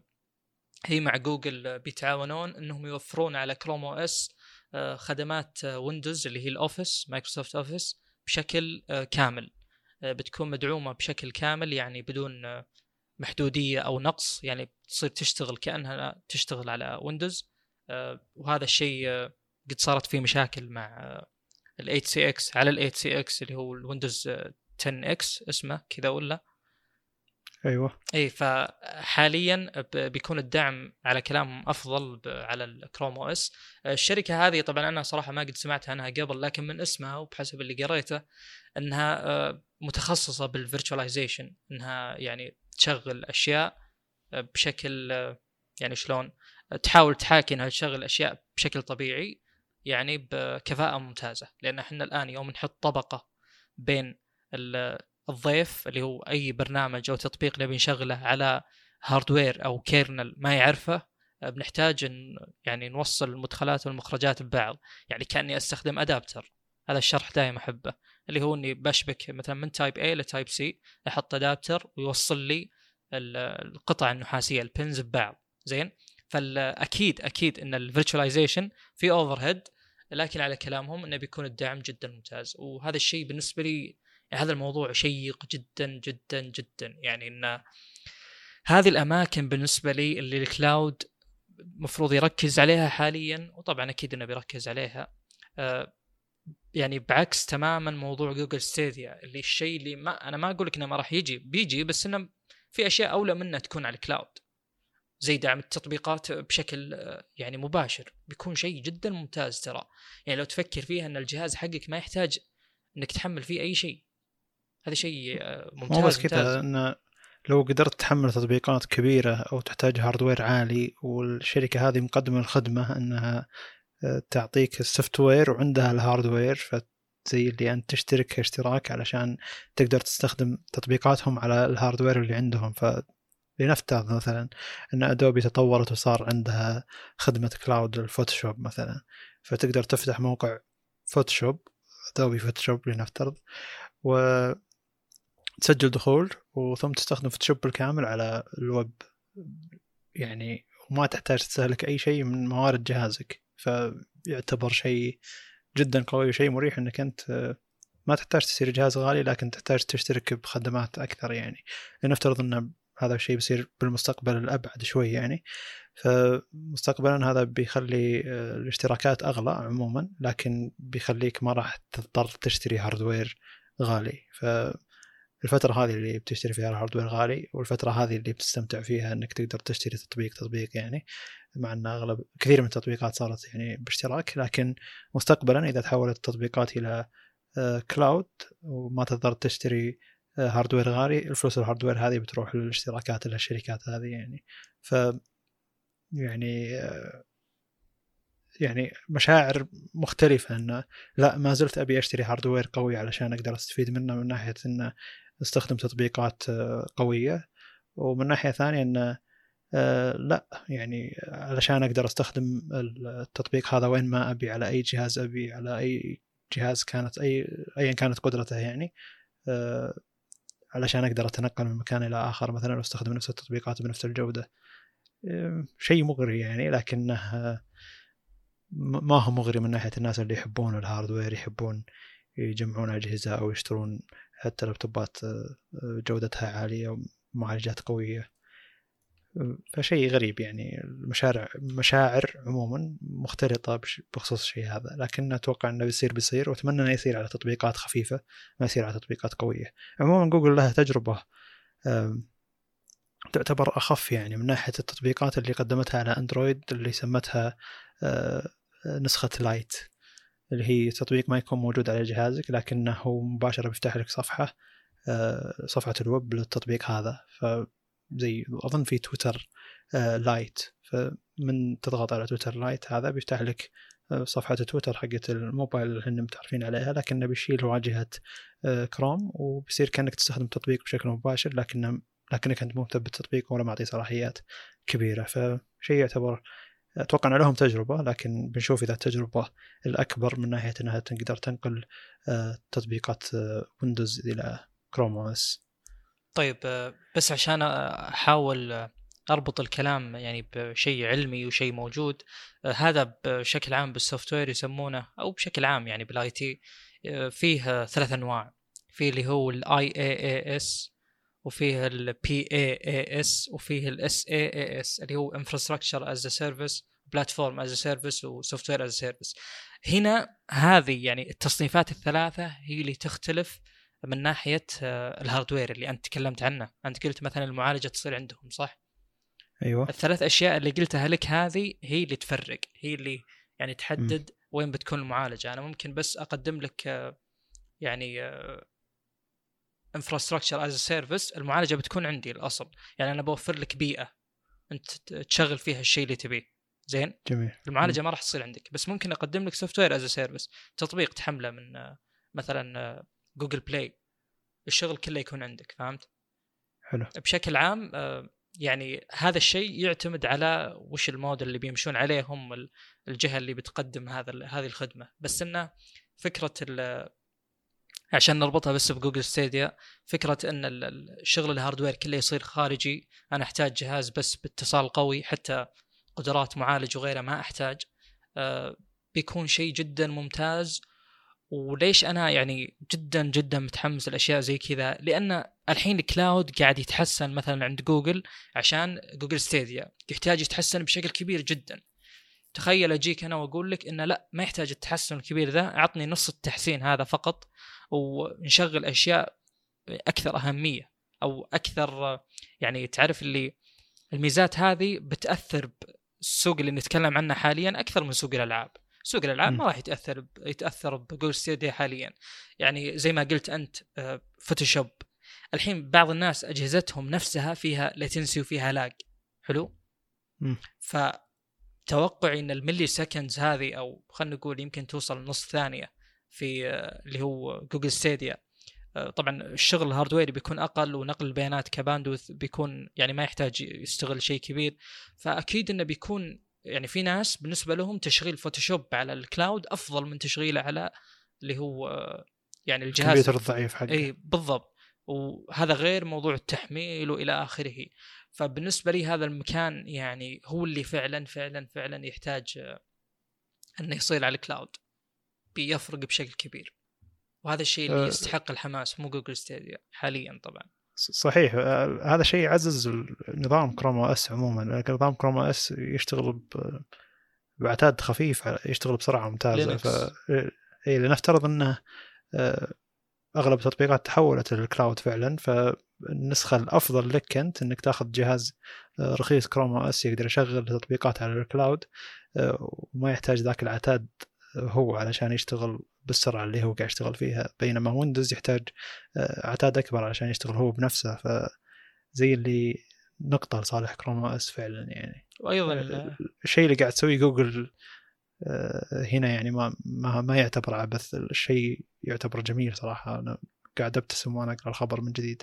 هي مع جوجل بيتعاونون انهم يوفرون على كروم او اس خدمات ويندوز اللي هي الاوفيس، مايكروسوفت اوفيس بشكل كامل، بتكون مدعومه بشكل كامل، يعني بدون محدوديه او نقص، يعني تصير تشتغل كانها تشتغل على ويندوز. وهذا الشيء قد صارت فيه مشاكل مع ال ثمانية سي إكس على ال ثمانية سي إكس اللي هو الويندوز عشرة إكس اسمه كذا ولا؟ ايوه اي. فحاليا بيكون الدعم على كلام افضل على الكروم او اس. الشركه هذه طبعا انا صراحه ما قد سمعت عنها قبل، لكن من اسمها وبحسب اللي قريته انها متخصصه بالفيرتشواليزيشن، انها يعني تشغل اشياء بشكل يعني شلون تحاول تحاكي انها تشغل اشياء بشكل طبيعي، يعني بكفاءه ممتازه. لان احنا الان يوم نحط طبقه بين الضيف اللي هو اي برنامج او تطبيق نبي نشغله على هاردوير او كيرنل ما يعرفه، بنحتاج ان يعني نوصل المدخلات والمخرجات ببعض، يعني كاني استخدم ادابتر. هذا الشرح دائما احبه، اللي هو اني بشبك مثلا من تايب A لتايب C، احط ادابتر ويوصل لي القطع النحاسيه البنز ببعض. زين. فالاكيد اكيد ان الفيرتشواليزيشن في اوفر هيد، لكن على كلامهم انه بيكون الدعم جدا ممتاز. وهذا الشيء بالنسبه لي يعني هذا الموضوع شيق جدا جدا جدا، يعني ان هذه الاماكن بالنسبه لي اللي الكلاود مفروض يركز عليها حاليا، وطبعا اكيد انه بيركز عليها. آه يعني بعكس تماما موضوع جوجل ستيديا، اللي الشيء اللي ما انا ما اقول لك انه ما راح يجي، بيجي، بس انه في اشياء اولى منها تكون على الكلاود، زي دعم التطبيقات بشكل يعني مباشر، بيكون شيء جدا ممتاز ترى. يعني لو تفكر فيها ان الجهاز حقك ما يحتاج انك تحمل فيه اي شيء، هذا شيء ممتاز. مو بس كذا، ان لو قدرت تحمل تطبيقات كبيرة او تحتاج هاردوير عالي، والشركة هذه مقدمة الخدمة انها تعطيك السوفت وير وعندها الهاردوير، فزي اللي انت تشترك اشتراك علشان تقدر تستخدم تطبيقاتهم على الهاردوير اللي عندهم. فلنفترض مثلا ان ادوبي تطورت وصار عندها خدمة كلاود للفوتوشوب مثلا، فتقدر تفتح موقع فوتوشوب، ادوبي فوتوشوب لنفترض، و تسجل دخول وثم تستخدم فوتوشوب بالكامل على الويب، يعني وما تحتاج تستهلك أي شيء من موارد جهازك. فيعتبر شيء جدا قوي وشيء مريح أنك أنت ما تحتاج تشتري جهاز غالي، لكن تحتاج تشترك بخدمات أكثر. يعني لنفترض أن هذا الشيء بيصير بالمستقبل الأبعد شوي، يعني فمستقبلا هذا بيخلي الاشتراكات أغلى عموما، لكن بيخليك ما راح تضطر تشتري هاردوير غالي. ف الفترة هذه اللي بتشتري فيها الهاردوير غالي، والفترة هذه اللي بتستمتع فيها انك تقدر تشتري تطبيق تطبيق يعني مع ان اغلب كثير من التطبيقات صارت يعني باشتراك، لكن مستقبلا اذا تحولت التطبيقات الى كلاود وما تقدر تشتري هاردوير غالي، الفلوس الهاردوير هذه بتروح للاشتراكات للشركات هذه. يعني ف يعني يعني مشاعر مختلفة، أن لا ما زلت أبي أشتري هاردوير قوي علشان أقدر أستفيد منه من ناحية أن استخدم تطبيقات قوية، ومن ناحية ثانية أن لا يعني علشان أقدر أستخدم التطبيق هذا وين ما أبي، على أي جهاز أبي، على أي جهاز كانت أي أيا كانت قدرته، يعني علشان أقدر أتنقل من مكان إلى آخر مثلا واستخدم نفس التطبيقات بنفس الجودة. شيء مغري يعني، لكنه ما هو مغري من ناحية الناس اللي يحبون الهاردوير، يحبون يجمعون أجهزة أو يشترون حتى لابتوبات جودتها عالية ومعالجات قوية. فشيء غريب يعني، المشاعر مشاعر عموما مختلطة بخصوص الشيء هذا، لكن أتوقع أنه بيصير بيصير وأتمنى أنه يصير على تطبيقات خفيفة، ما يصير على تطبيقات قوية. عموما جوجل لها تجربة تعتبر أخف يعني من ناحية التطبيقات اللي قدمتها على أندرويد، اللي سمتها نسخة لايت، اللي هي تطبيق ما يكون موجود على جهازك لكنه مباشرة بيفتح لك صفحة صفحة الويب للتطبيق هذا. فزي أظن في تويتر لايت، فمن تضغط على تويتر لايت هذا بيفتح لك صفحة تويتر حقت الموبايل اللي هن متعرفين عليها، لكنه بيشيل واجهة كروم وبصير كأنك تستخدم التطبيق بشكل مباشر، لكنه لكنك أنت مو مثبت التطبيق ولا معطي صلاحيات كبيرة. فشيء يعتبر أتوقع أن لهم تجربة، لكن بنشوف إذا التجربة الأكبر من ناحية أنها تقدر تنقل تطبيقات ويندوز إلى كروم او اس. طيب بس عشان أحاول أربط الكلام يعني بشيء علمي وشيء موجود، هذا بشكل عام بالسوفتوير يسمونه أو بشكل عام يعني بالاي تي فيه ثلاث أنواع، فيه اللي هو الاي اي اي اس، وفيه البي اي اي اس، وفيه الاس اي اي اس اللي هو انفراستراكشر از ا سيرفيس، بلاتفورم از ا سيرفيس، وسوفت وير از ا سيرفيس. هنا هذه يعني التصنيفات الثلاثه هي اللي تختلف من ناحيه الهاردوير اللي انت تكلمت عنه. انت قلت مثلا المعالجه تصير عندهم صح؟ ايوه. الثلاث اشياء اللي قلتها لك هذه هي اللي تفرق، هي اللي يعني تحدد م. وين بتكون المعالجه. انا ممكن بس اقدم لك يعني infrastructure as a service، المعالجة بتكون عندي الأصل، يعني أنا بوفر لك بيئة أنت تشغل فيها الشيء اللي تبيه. زين. جميل. المعالجة م. ما راح تصير عندك، بس ممكن أقدم لك software as a service، تطبيق تحمله من مثلا جوجل بلاي، الشغل كله يكون عندك. فهمت؟ حلو. بشكل عام يعني هذا الشيء يعتمد على وش الموديل اللي بيمشون عليه هم الجهة اللي بتقدم هذا هذه الخدمة. بس إنه فكرة عشان نربطها بس بجوجل ستيديا، فكرة أن الشغل الهاردوير كله يصير خارجي، أنا أحتاج جهاز بس باتصال قوي، حتى قدرات معالج وغيره ما أحتاج، آه بيكون شيء جدا ممتاز. وليش أنا يعني جدا جدا متحمس الأشياء زي كذا؟ لأن الحين الكلاود قاعد يتحسن مثلا عند جوجل، عشان جوجل ستيديا يحتاج يتحسن بشكل كبير جدا. تخيل أجيك أنا وأقول لك إن لا، ما يحتاج التحسن الكبير ذا، أعطني نص التحسين هذا فقط ونشغل أشياء أكثر أهمية أو أكثر يعني تعرف اللي الميزات هذه بتأثر بالسوق اللي نتكلم عنه حاليا أكثر من سوق الألعاب. سوق الألعاب ما راح يتأثر يتأثر بجوجل ستيديا حاليا. يعني زي ما قلت أنت فوتوشوب، الحين بعض الناس أجهزتهم نفسها فيها لاتنسي وفيها لاج. حلو. م. فتوقعي إن الملي سكندز هذه أو خلنا نقول يمكن توصل نص ثانية في اللي هو جوجل ستيديا. طبعا الشغل الهاردويري بيكون أقل، ونقل البيانات كباندوث بيكون يعني ما يحتاج يستغل شيء كبير. فأكيد إنه بيكون يعني في ناس بالنسبة لهم تشغيل فوتوشوب على الكلاود أفضل من تشغيله على اللي هو يعني الجهاز الكمبيوتر الضعيف حقه. أي بالضبط. وهذا غير موضوع التحميل وإلى آخره. فبالنسبة لي هذا المكان يعني هو اللي فعلا فعلا فعلا يحتاج أنه يصير على الكلاود، بيفرق بشكل كبير. وهذا الشيء اللي يستحق الحماس، مو جوجل ستيديا حاليا طبعا. صحيح. هذا شيء يعزز نظام كروم او اس عموما. نظام كروم او اس يشتغل بعتاد خفيف، يشتغل بسرعه ممتازه. ف اي لنفترض انه اغلب التطبيقات تحولت للكلاود فعلا، فالنسخه الافضل لك انت انك تاخذ جهاز رخيص كروم او اس يقدر يشغل تطبيقات على الكلاود وما يحتاج ذاك العتاد هو علشان يشتغل بالسرعة اللي هو قاعد يشتغل فيها، بينما ويندوز يحتاج عتاد أكبر علشان يشتغل هو بنفسه. فزي اللي نقطة لصالح كروم او اس فعلا يعني. وأيضا الشيء اللي قاعد تسويه جوجل هنا يعني ما ما ما يعتبر عبث، الشيء يعتبر جميل صراحة. أنا قاعد أبتسم وأنا أقرأ الخبر من جديد.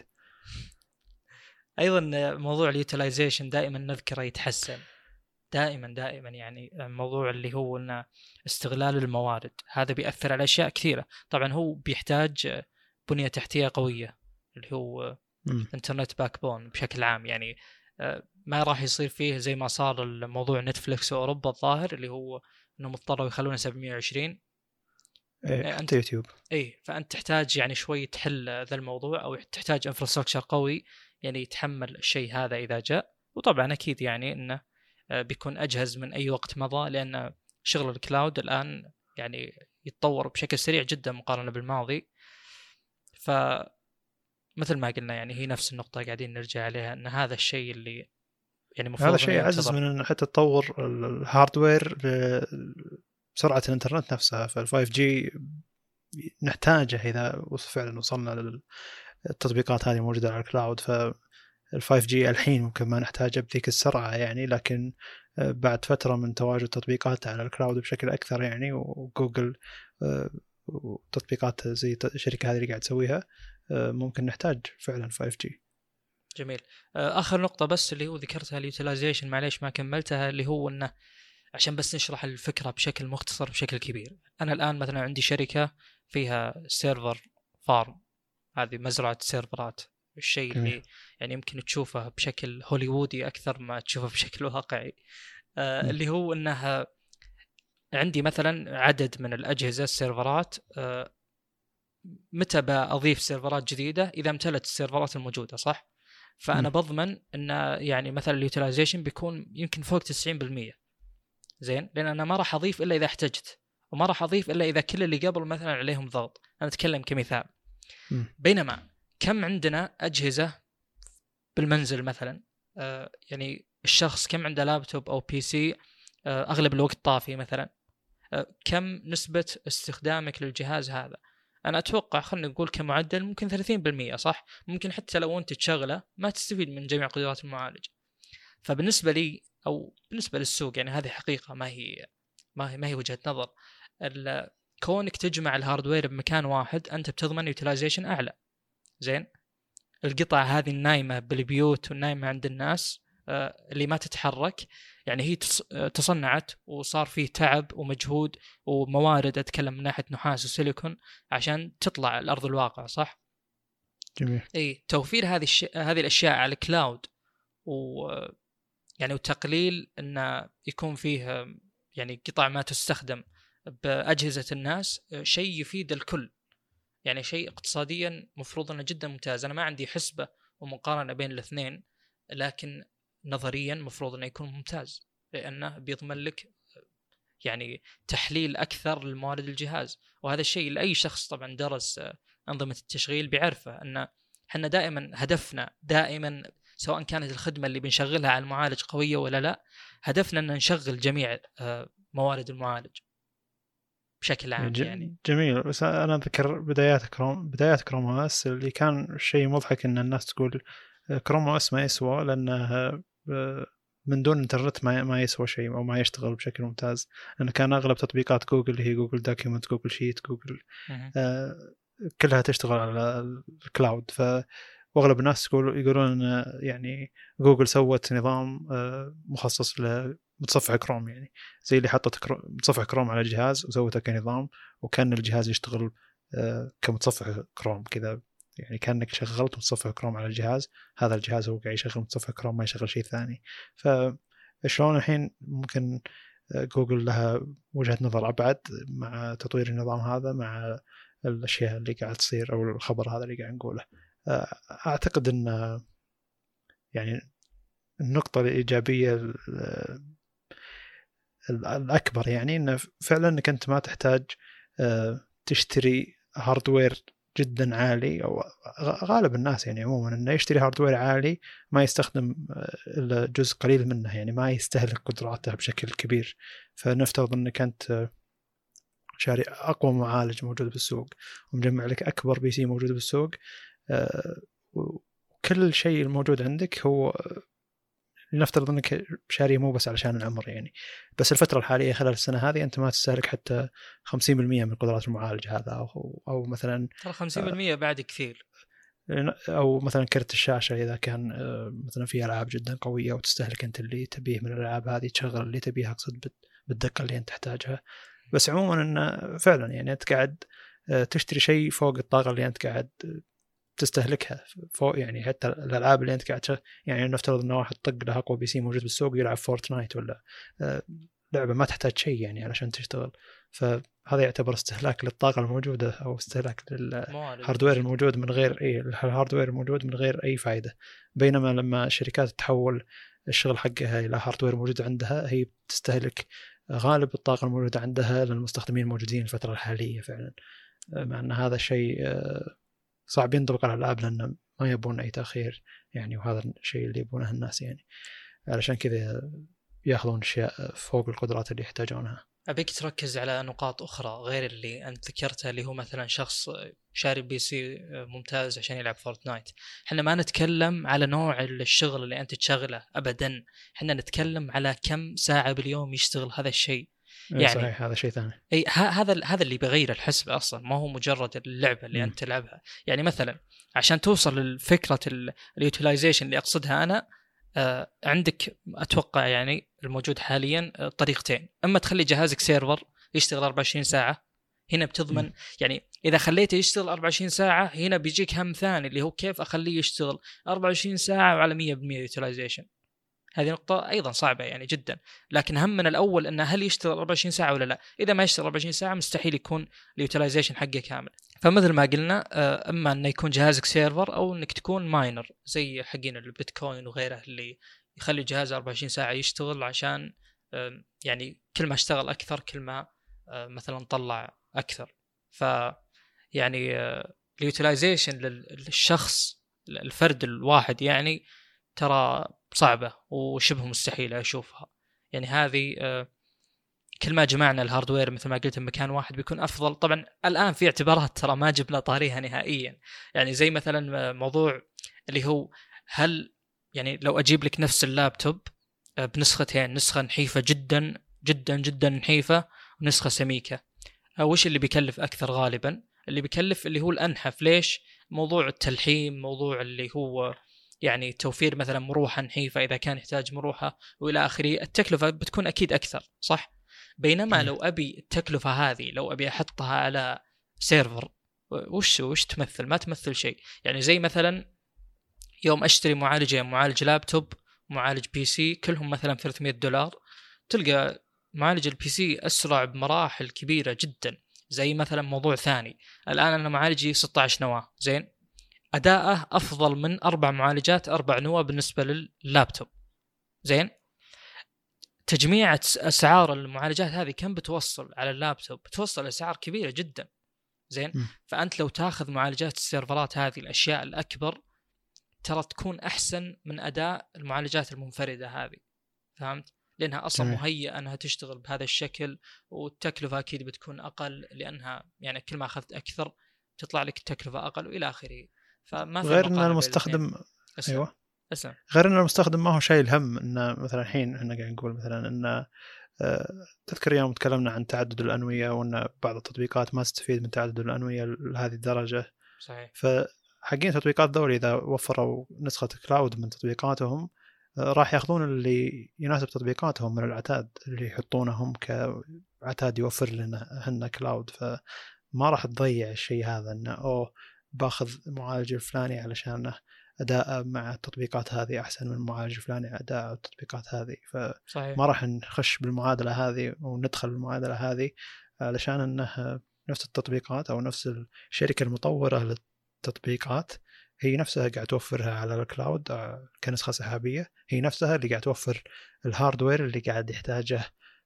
أيضا موضوع اليوتيلايزيشن دائما نذكره يتحسن دائما دائما. يعني الموضوع اللي هو إن استغلال الموارد هذا بيأثر على أشياء كثيرة. طبعا هو بيحتاج بنية تحتية قوية اللي هو انترنت باك بون بشكل عام. يعني ما راح يصير فيه زي ما صار الموضوع نتفليكس وأوروبا الظاهر، اللي هو إنه مضطروا يخلونه سبعمية وعشرين إيه حتى يوتيوب. إيه فأنت تحتاج يعني شوي تحل ذا الموضوع، أو تحتاج انفراستراكشر قوي يعني يتحمل الشيء هذا إذا جاء. وطبعا أكيد يعني إنه بيكون أجهز من أي وقت مضى، لأن شغل الكلاود الآن يعني يتطور بشكل سريع جدا مقارنة بالماضي. فمثل ما قلنا يعني هي نفس النقطة قاعدين نرجع عليها، أن هذا الشيء اللي يعني مفروض هذا شيء يعزز من أن حتى تطور الهاردوير بسرعة الإنترنت نفسها. فالفايف جي نحتاجه إذا فعلا وصلنا التطبيقات هذه موجودة على الكلاود. فالفايف جي الحين ممكن ما نحتاجه بذيك السرعة يعني، لكن بعد فترة من تواجد تطبيقات على الكلاود بشكل أكثر يعني، وجوجل وتطبيقات زي الشركة هذه اللي قاعد تسويها، ممكن نحتاج فعلا فايف جي. جميل. آخر نقطة بس اللي هو ذكرتها اليوتيلايزيشن، معليش ما كملتها، اللي هو إنه عشان بس نشرح الفكرة بشكل مختصر بشكل كبير. أنا الآن مثلا عندي شركة فيها سيرفر فارم، هذه مزرعة سيرفرات، الشيء جميل. اللي يعني يمكن تشوفه بشكل هوليوودي أكثر ما تشوفه بشكل واقعي. آه اللي هو إنها عندي مثلا عدد من الأجهزة السيرفرات، آه متى بأضيف سيرفرات جديدة؟ إذا امتلت السيرفرات الموجودة، صح؟ فأنا م. بضمن إن يعني مثلا اليوتيلايزيشن بيكون يمكن فوق تسعين بالمية، زين، لأن أنا ما راح أضيف إلا إذا احتجت، وما راح أضيف إلا إذا كل اللي قبل مثلا عليهم ضغط. أنا أتكلم كمثال. م. بينما كم عندنا أجهزة بالمنزل مثلا، آه يعني الشخص كم عنده لابتوب أو بي سي آه أغلب الوقت طافي مثلا، آه كم نسبة استخدامك للجهاز هذا؟ أنا أتوقع خلنا نقول كمعدل ممكن ثلاثين بالمية، صح؟ ممكن حتى لو أنت تشغله ما تستفيد من جميع قدرات المعالج. فبالنسبة لي أو بالنسبة للسوق يعني هذه حقيقة، ما هي ما هي ما هي وجهة نظر. كونك تجمع الهاردوير بمكان واحد أنت بتضمن يوتيلايزيشن أعلى، زين. القطع هذه النايمة بالبيوت والنايمة عند الناس اللي ما تتحرك، يعني هي تصنعت وصار فيه تعب ومجهود وموارد، أتكلم من ناحية نحاس وسيليكون عشان تطلع الأرض الواقع، صح؟ جميل. أي توفير هذه الش... هذه الأشياء على الكلاود، و يعني وتقليل أنه يكون فيه يعني قطع ما تستخدم بأجهزة الناس، شيء يفيد الكل، يعني شيء اقتصاديا مفروض أنه جدا ممتاز. أنا ما عندي حسبة ومقارنة بين الاثنين، لكن نظريا مفروض أنه يكون ممتاز، لأنه بيضمن لك يعني تحليل أكثر لموارد الجهاز. وهذا الشيء لأي شخص طبعا درس أنظمة التشغيل بيعرفه، أن احنا دائما هدفنا دائما سواء كانت الخدمة اللي بنشغلها على المعالج قوية ولا لا، هدفنا أن نشغل جميع موارد المعالج بشكل عام. يعني جميل. بس أنا أذكر بدايات كروم بدايات كروم أو إس اللي كان شيء مضحك إن الناس تقول كروم أو إس ما يسوى لأنه من دون إنترنت ما ما يسوى شيء أو ما يشتغل بشكل ممتاز، لأن كان أغلب تطبيقات جوجل اللي هي جوجل دوكيومنت، جوجل شيت، جوجل آه كلها تشتغل على الكلاود. ف واغلب الناس يقولوا يقولون يعني جوجل سوت نظام مخصص لمتصفح كروم، يعني زي اللي حطت متصفح كروم على الجهاز وسوته كنظام، وكان الجهاز يشتغل كمتصفح كروم كذا، يعني كانك شغلت متصفح كروم على الجهاز، هذا الجهاز هو قاعد يشغل متصفح كروم ما يشغل شيء ثاني. فشلون الحين ممكن جوجل لها وجهة نظر أبعد مع تطوير النظام هذا مع الأشياء اللي قاعد تصير أو الخبر هذا اللي قاعد نقوله. أعتقد أن يعني النقطة الإيجابية الأكبر يعني أنه فعلا أنك أنت ما تحتاج تشتري هاردوير جدا عالي، أو غالب الناس يعني عموما أنه يشتري هاردوير عالي ما يستخدم إلا جزء قليل منه، يعني ما يستهلك قدراته بشكل كبير. فنفترض أنك أنت شاري أقوى معالج موجود بالسوق ومجمع لك أكبر بي سي موجود بالسوق، وكل شيء الموجود عندك هو لنفترض أنك شاريه مو بس علشان العمر يعني، بس الفترة الحالية خلال السنة هذه أنت ما تستهلك حتى خمسين بالمية من قدرات المعالج هذا، أو أو مثلا ترى خمسين بالمية بعد كثير. أو مثلا كرت الشاشة إذا كان مثلا في ألعاب جدا قوية وتستهلك أنت اللي تبيه من الألعاب هذه، تشغل اللي تبيها أقصد بالدقة اللي أنت تحتاجها. بس عموما أنه فعلا يعني أنت قاعد تشتري شيء فوق الطاقة اللي أنت قاعد تستهلكها فوق، يعني حتى الألعاب اللي أنت قاعد تشغل، يعني نفترض أنه واحد طق له أقوى بي سي موجود بالسوق يلعب فورتنايت ولا لعبة ما تحتاج شيء يعني علشان تشتغل، فهذا يعتبر استهلاك للطاقة الموجودة أو استهلاك للهاردوير الموجود من غير أي الهاردوير الموجود من غير أي فائدة. بينما لما الشركات تحول الشغل حقها إلى هاردوير موجود عندها، هي تستهلك غالب الطاقة الموجودة عندها للمستخدمين الموجودين الفترة الحالية فعلا، مع أن هذا الشيء صعب ينطبق على الألعاب لأن ما يبون أي تأخير يعني، وهذا الشيء اللي يبونه الناس يعني، علشان كذا يأخذون أشياء فوق القدرات اللي يحتاجونها. أبيك تركز على نقاط أخرى غير اللي أنت ذكرتها، اللي هو مثلا شخص شاري بي سي ممتاز عشان يلعب فورتنايت. احنا ما نتكلم على نوع الشغل اللي انت تشغله ابدا، احنا نتكلم على كم ساعه باليوم يشتغل هذا الشيء. يعني صحيح هذا شيء ثاني. اي هذا هذا اللي بيغير الحسبه اصلا، ما هو مجرد اللعبه اللي م. انت تلعبها. يعني مثلا عشان توصل لفكره اليوتيلايزيشن اللي اقصدها انا، آه عندك اتوقع يعني الموجود حاليا طريقتين: اما تخلي جهازك سيرفر يشتغل أربعة وعشرين ساعه، هنا بتضمن م. يعني اذا خليته يشتغل أربعة وعشرين ساعه هنا بيجيك هم ثاني اللي هو كيف اخليه يشتغل أربعة وعشرين ساعه وعلى مية بالمية يوتيلايزيشن. هذه نقطة أيضا صعبة يعني جدا، لكن همنا الأول أنه هل يشتغل أربعة وعشرين ساعة ولا لا. إذا ما يشتغل أربعة وعشرين ساعة مستحيل يكون اليوتيلايزيشن حقه كامل. فمثل ما قلنا أما أنه يكون جهازك سيرفر أو أنك تكون ماينر زي حقين البيتكوين وغيره اللي يخلي جهاز أربعة وعشرين ساعة يشتغل، عشان يعني كل ما اشتغل أكثر كل ما مثلا طلع أكثر. ف يعني اليوتيلايزيشن للشخص الفرد الواحد يعني ترى صعبة وشبه مستحيلة أشوفها. يعني هذه كل ما جمعنا الهاردوير مثل ما قلت بمكان واحد بيكون أفضل. طبعا الآن في اعتبارات ترى ما جبنا طاريها نهائيا، يعني زي مثلا موضوع اللي هو هل يعني لو أجيب لك نفس اللابتوب بنسختين، نسخة نحيفة جدا جدا جدا نحيفة ونسخة سميكة، وش اللي بيكلف أكثر؟ غالبا اللي بيكلف اللي هو الأنحف. ليش؟ موضوع التلحيم، موضوع اللي هو يعني توفير مثلا مروحة نحيفة إذا كان يحتاج مروحة وإلى آخره، التكلفة بتكون أكيد أكثر صح؟ بينما لو أبي التكلفة هذه لو أبي أحطها على سيرفر وش وش تمثل؟ ما تمثل شيء. يعني زي مثلا يوم أشتري معالجين، معالج لابتوب معالج بي سي، كلهم مثلا ثلاثمية دولار، تلقى معالج البي سي أسرع بمراحل كبيرة جدا. زي مثلا موضوع ثاني، الآن أنا معالجي ستة عشر نواة، زين، أداءه أفضل من أربع معالجات أربع نواة بالنسبة لللابتوب، زين. تجميعة أسعار المعالجات هذه كم بتوصل على اللابتوب؟ بتوصل أسعار كبيرة جدا، زين. م. فأنت لو تأخذ معالجات السيرفرات هذه الأشياء الأكبر ترى تكون أحسن من أداء المعالجات المنفردة هذه، فهمت؟ لأنها أصلا مهيئة أنها تشتغل بهذا الشكل، والتكلفة أكيد بتكون أقل لأنها يعني كل ما أخذت أكثر تطلع لك التكلفة أقل وإلى آخره. فما في غير أن المستخدم أسلم. أيوة أسلم. غير أن المستخدم ما هو شايل هم إنه مثلا الحين إحنا قاعد نقول مثلا إنه تذكر يوم تكلمنا عن تعدد الأنوية وأن بعض التطبيقات ما تستفيد من تعدد الأنوية لهذه الدرجة. صحيح. فحقين تطبيقات دولي إذا وفروا نسخة كلاود من تطبيقاتهم راح ياخذون اللي يناسب تطبيقاتهم من العتاد اللي يحطونهم كعتاد يوفر لنا هن كلاود. فما راح تضيع الشيء هذا إنه أوه باخذ معالج الفلاني علشان أداء مع التطبيقات هذه أحسن من المعالج الفلاني أداء التطبيقات هذه. فما راح نخش بالمعادلة هذه وندخل بالمعادلة هذه علشان أنه نفس التطبيقات أو نفس الشركة المطورة للتطبيقات هي نفسها قاعد توفرها على الكلاود كنسخة سحابية، هي نفسها اللي قاعد توفر الهاردوير اللي قاعد يحتاجه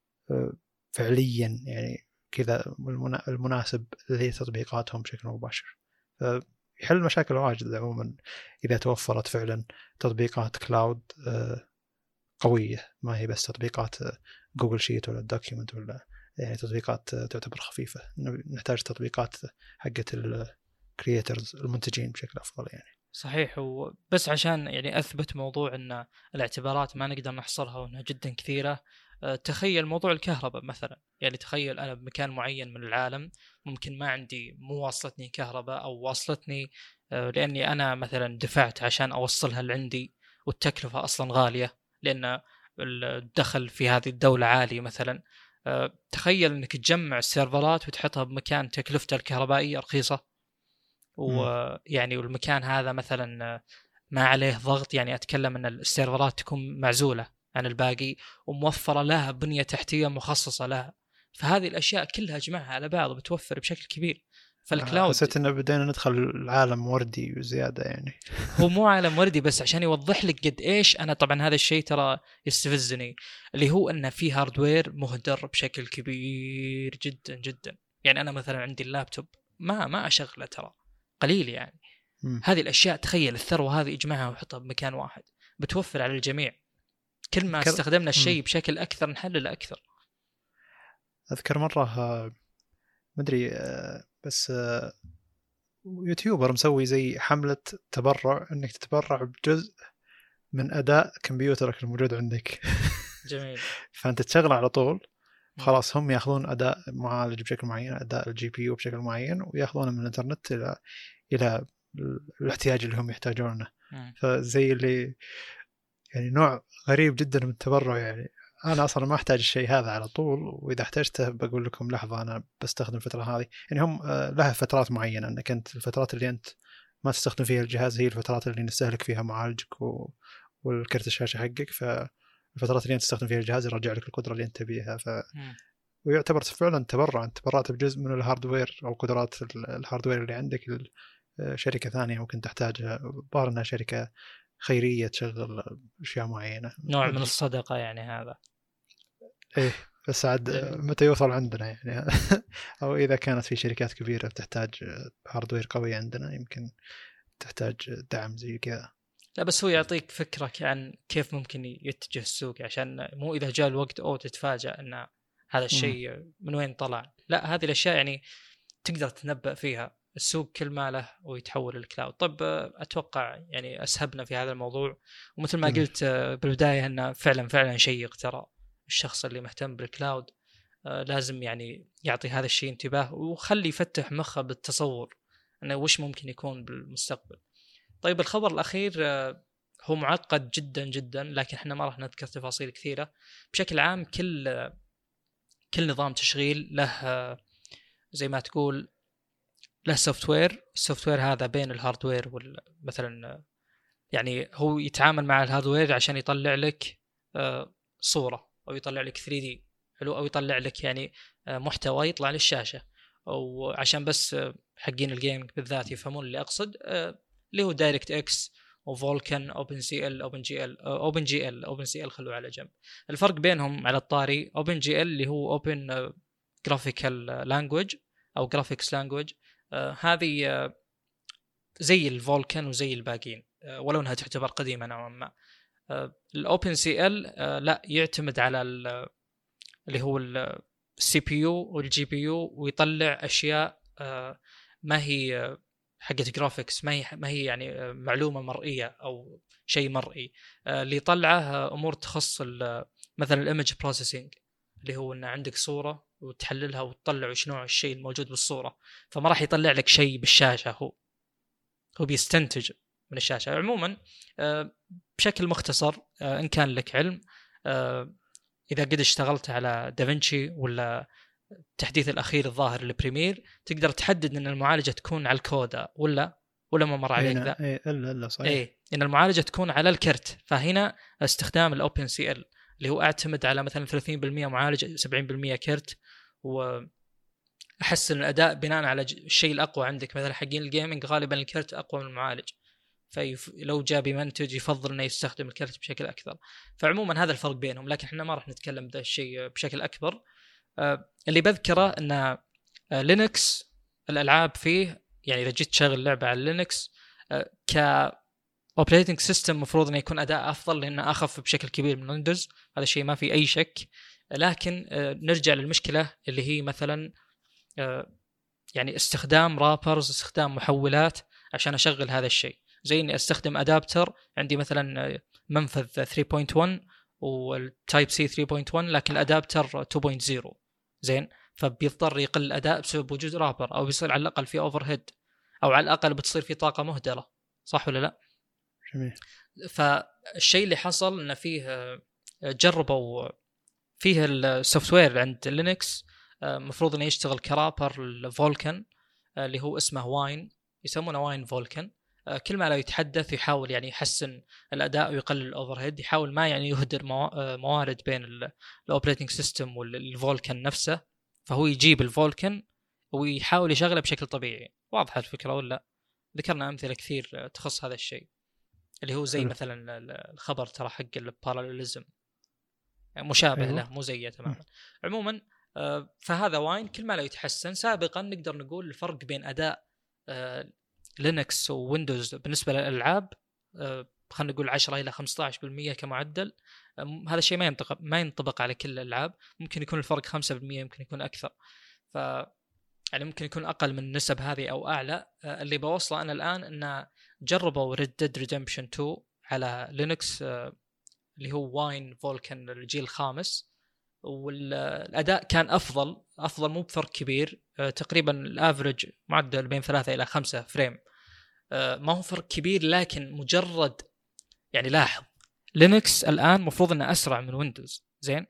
فعليا يعني كذا المناسب لتطبيقاتهم بشكل مباشر. فيحل مشاكل واجد عموما إذا توفرت فعلا تطبيقات كلاود قوية، ما هي بس تطبيقات جوجل شيت ولا دوكيومنت ولا يعني تطبيقات تعتبر خفيفة. نحتاج تطبيقات حقة الكرياترز المنتجين بشكل أفضل يعني. صحيح. وبس عشان يعني أثبت موضوع أن الاعتبارات ما نقدر نحصرها وأنها جدا كثيرة، تخيل موضوع الكهرباء مثلا. يعني تخيل أنا بمكان معين من العالم ممكن ما عندي مو واصلتني كهرباء أو واصلتني لأني أنا مثلا دفعت عشان أوصلها لعندي والتكلفة أصلا غالية لأن الدخل في هذه الدولة عالي مثلا. تخيل أنك تجمع السيرفرات وتحطها بمكان تكلفته الكهربائية رخيصة، ويعني والمكان هذا مثلا ما عليه ضغط. يعني أتكلم أن السيرفرات تكون معزولة عن الباقي وموفرة لها بنية تحتية مخصصة لها. فهذه الأشياء كلها جمعها على بعض بتوفر بشكل كبير. فالكلاود حسيت إنه بدينا ندخل العالم وردي وزيادة يعني. هو مو عالم وردي بس عشان يوضح لك قد إيش أنا طبعا هذا الشيء ترى يستفزني، اللي هو أن في هاردوير مهدر بشكل كبير جدا جدا. يعني أنا مثلا عندي اللابتوب ما ما أشغله ترى قليل يعني. م. هذه الأشياء تخيل الثروة هذه اجمعها وحطها بمكان واحد بتوفر على الجميع. كل ما أذكر... استخدمنا الشيء بشكل أكثر نحلله أكثر. أذكر مرة مدري بس يوتيوبر مسوي زي حملة تبرع انك تتبرع بجزء من اداء كمبيوترك الموجود عندك. جميل. فانت تشغله على طول خلاص، هم ياخذون اداء معالج بشكل معين، اداء الجي بي يو بشكل معين، وياخذونه من الانترنت الى الى الاحتياج اللي هم يحتاجونه. فزي اللي يعني نوع غريب جدا من التبرع. يعني انا اصلا ما احتاج الشيء هذا على طول، واذا احتجته بقول لكم لحظه انا بستخدم الفتره هذه. يعني هم لها فترات معينه، انك انت الفترات اللي انت ما تستخدم فيها الجهاز هي الفترات اللي نستهلك فيها معالجك و... والكرت الشاشه حقك. فالفترات اللي انت تستخدم فيها الجهاز يرجع لك القدره اللي انت تبيها. ف ويعتبر فعلا تبرع، انت تبرعت بجزء من الهاردوير او قدرات الهاردوير اللي عندك شركه ثانيه ممكن تحتاجها، ظاهر انها شركه خيريه تشغل اشياء معينه، نوع من الصدقه يعني هذا. ايه بس عاد متى يوصل عندنا يعني او اذا كانت في شركات كبيره بتحتاج هاردوير قوي عندنا يمكن تحتاج دعم زي كذا. لا بس هو يعطيك فكره عن كيف ممكن يتجه السوق، عشان مو اذا جاء الوقت او تتفاجأ ان هذا الشيء من وين طلع. لا هذه الاشياء يعني تقدر تنبأ فيها السوق كل ما له ويتحول للكلاود. طب اتوقع يعني اسهبنا في هذا الموضوع، ومثل ما جميل. قلت بالبدايه انه فعلا فعلا شيق، ترى الشخص اللي مهتم بالكلاود لازم يعني يعطي هذا الشيء انتباه، وخلي يفتح مخه بالتصور انه وش ممكن يكون بالمستقبل. طيب الخبر الاخير هو معقد جدا جدا، لكن احنا ما راح نذكر تفاصيل كثيره. بشكل عام كل كل نظام تشغيل له زي ما تقول له سوفت وير. السوفت وير هذا بين الهاردوير مثلا، يعني هو يتعامل مع الهاردوير عشان يطلع لك صورة أو يطلع لك ثري دي حلو، أو يطلع لك يعني محتوى يطلع للشاشة، أو عشان بس حقين الجيمنج بالذات يفهمون اللي أقصد، اللي هو دايركت إكس وفولكن اوبن سي ال اوبن جي ال اوبن جي ال اوبن سي ال خلوه على جنب. الفرق بينهم على الطاري، اوبن جي ال اللي هو اوبن جرافيكال لانجويج او جرافيكس لانجويج، آه هذه آه زي الفولكن وزي الباقين، آه ولو انها تعتبر قديمه نوعا ما. آه الاوبن سي ال آه لا يعتمد على اللي هو السي بي يو والجي بي يو، ويطلع اشياء آه ما هي حقت جرافيكس، ما هي ما هي يعني معلومه مرئيه او شيء مرئي. آه اللي يطلعه امور تخص مثلا الايمج بروسيسنج، اللي هو ان عندك صوره وتحللها وتطلع وش نوع الشيء الموجود بالصوره، فما راح يطلع لك شيء بالشاشه، هو هو بيستنتج من الشاشه. عموما بشكل مختصر، ان كان لك علم اذا قد اشتغلت على دافنشي ولا التحديث الاخير الظاهر البريمير، تقدر تحدد ان المعالجه تكون على الكودا ولا ولا ما مر عليك ذا. اي الا الا صحيح. اي ان المعالجه تكون على الكرت. فهنا استخدام الاوبن سي ال اللي هو اعتمد على مثلا ثلاثين بالمئة معالج سبعين بالمئة كرت، واحسن الاداء بناء على الشيء الاقوى عندك. مثلا حقين الجيمنج غالبا الكرت اقوى من المعالج، فلو جاء بمنتج يفضل انه يستخدم الكرت بشكل اكثر. فعموما هذا الفرق بينهم، لكن احنا ما راح نتكلم ذا الشيء بشكل اكبر. اللي بذكره ان لينكس الالعاب فيه، يعني اذا جيت تشغل لعبه على لينكس ك اوبريتنج سيستم مفروض انه يكون اداء افضل لانه اخف بشكل كبير من ويندوز، هذا الشيء ما في اي شك. لكن نرجع للمشكله اللي هي مثلا يعني استخدام رابرز، استخدام محولات عشان اشغل هذا الشيء، زي اني استخدم ادابتر عندي مثلا منفذ ثري بوينت ون والتايب سي ثري بوينت ون، لكن الادابتر تو بوينت زيرو زين، فبيضطر يقل الاداء بسبب وجود رابر، او بيصير على الاقل في اوفر هيد، او على الاقل بتصير في طاقه مهدره، صح ولا لا؟ جميل. فالشيء اللي حصل انه فيه جربوا فيه السوفت وير عند لينكس مفروض انه يشتغل كرابر الفولكن اللي هو اسمه واين، يسمونه واين فولكن. كل ما لا يتحدث يحاول يعني يحسن الاداء ويقلل الاوفر هيد، يحاول ما يعني يهدر موارد بين الاوبريتنج سيستم والفولكن نفسه، فهو يجيب الفولكن ويحاول يشغله بشكل طبيعي. واضحه الفكره ولا؟ ذكرنا امثله كثير تخص هذا الشيء، اللي هو زي مثلا الخبر ترى حق الباراليزم مشابه أيوة. له مو زيه تماما. عموما فهذا واين كل ما لا يتحسن. سابقا نقدر نقول الفرق بين اداء لينكس وويندوز بالنسبه للالعاب خلينا نقول عشرة الى خمسة عشر بالمئة كمعدل. هذا الشيء ما ينطبق ما ينطبق على كل الالعاب، ممكن يكون الفرق خمسة بالمئة، يمكن يكون اكثر. ف يعني ممكن يكون أقل من النسب هذه أو أعلى. اللي بوصله أنا الآن أن جربوا Red Dead Redemption تو على لينكس اللي هو واين فولكن الجيل الخامس، والأداء كان أفضل أفضل مو بفرق كبير، تقريبا الأفريج معدل بين ثلاثة إلى خمسة فريم، ما هو فرق كبير. لكن مجرد يعني لاحظ لينكس الآن مفروض أنه أسرع من ويندوز، زين؟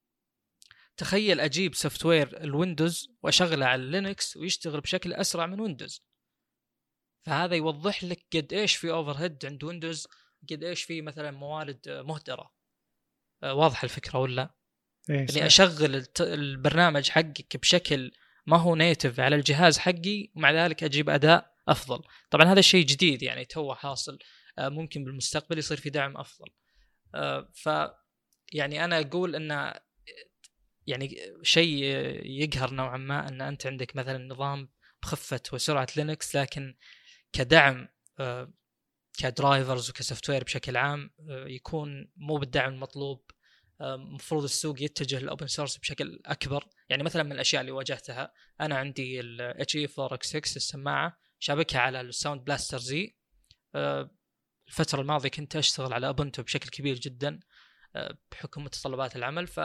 تخيل أجيب سوفت وير الويندوز وأشغله على لينكس ويشتغل بشكل أسرع من ويندوز. فهذا يوضح لك قد إيش في أوفر هيد عند ويندوز، قد إيش في مثلا موارد مهدرة. واضح الفكرة ولا؟ إيه يعني أشغل البرنامج حقك بشكل ما هو نيتف على الجهاز حقي ومع ذلك أجيب أداء أفضل. طبعا هذا الشيء جديد يعني توه حاصل، ممكن بالمستقبل يصير في دعم أفضل. ف يعني أنا أقول أن يعني شيء يقهر نوعا ما أن أنت عندك مثلا نظام بخفة وسرعة لينكس، لكن كدعم كدرايفرز وكسوفتوير بشكل عام يكون مو بالدعم المطلوب. مفروض السوق يتجه للأوبن سورس بشكل أكبر. يعني مثلا من الأشياء اللي واجهتها أنا عندي ال إتش إي فور إكس سكس السماعة شابكها على الساوند بلاستر زي. الفترة الماضية كنت أشتغل على أبونتو بشكل كبير جدا بحكم متطلبات العمل، ف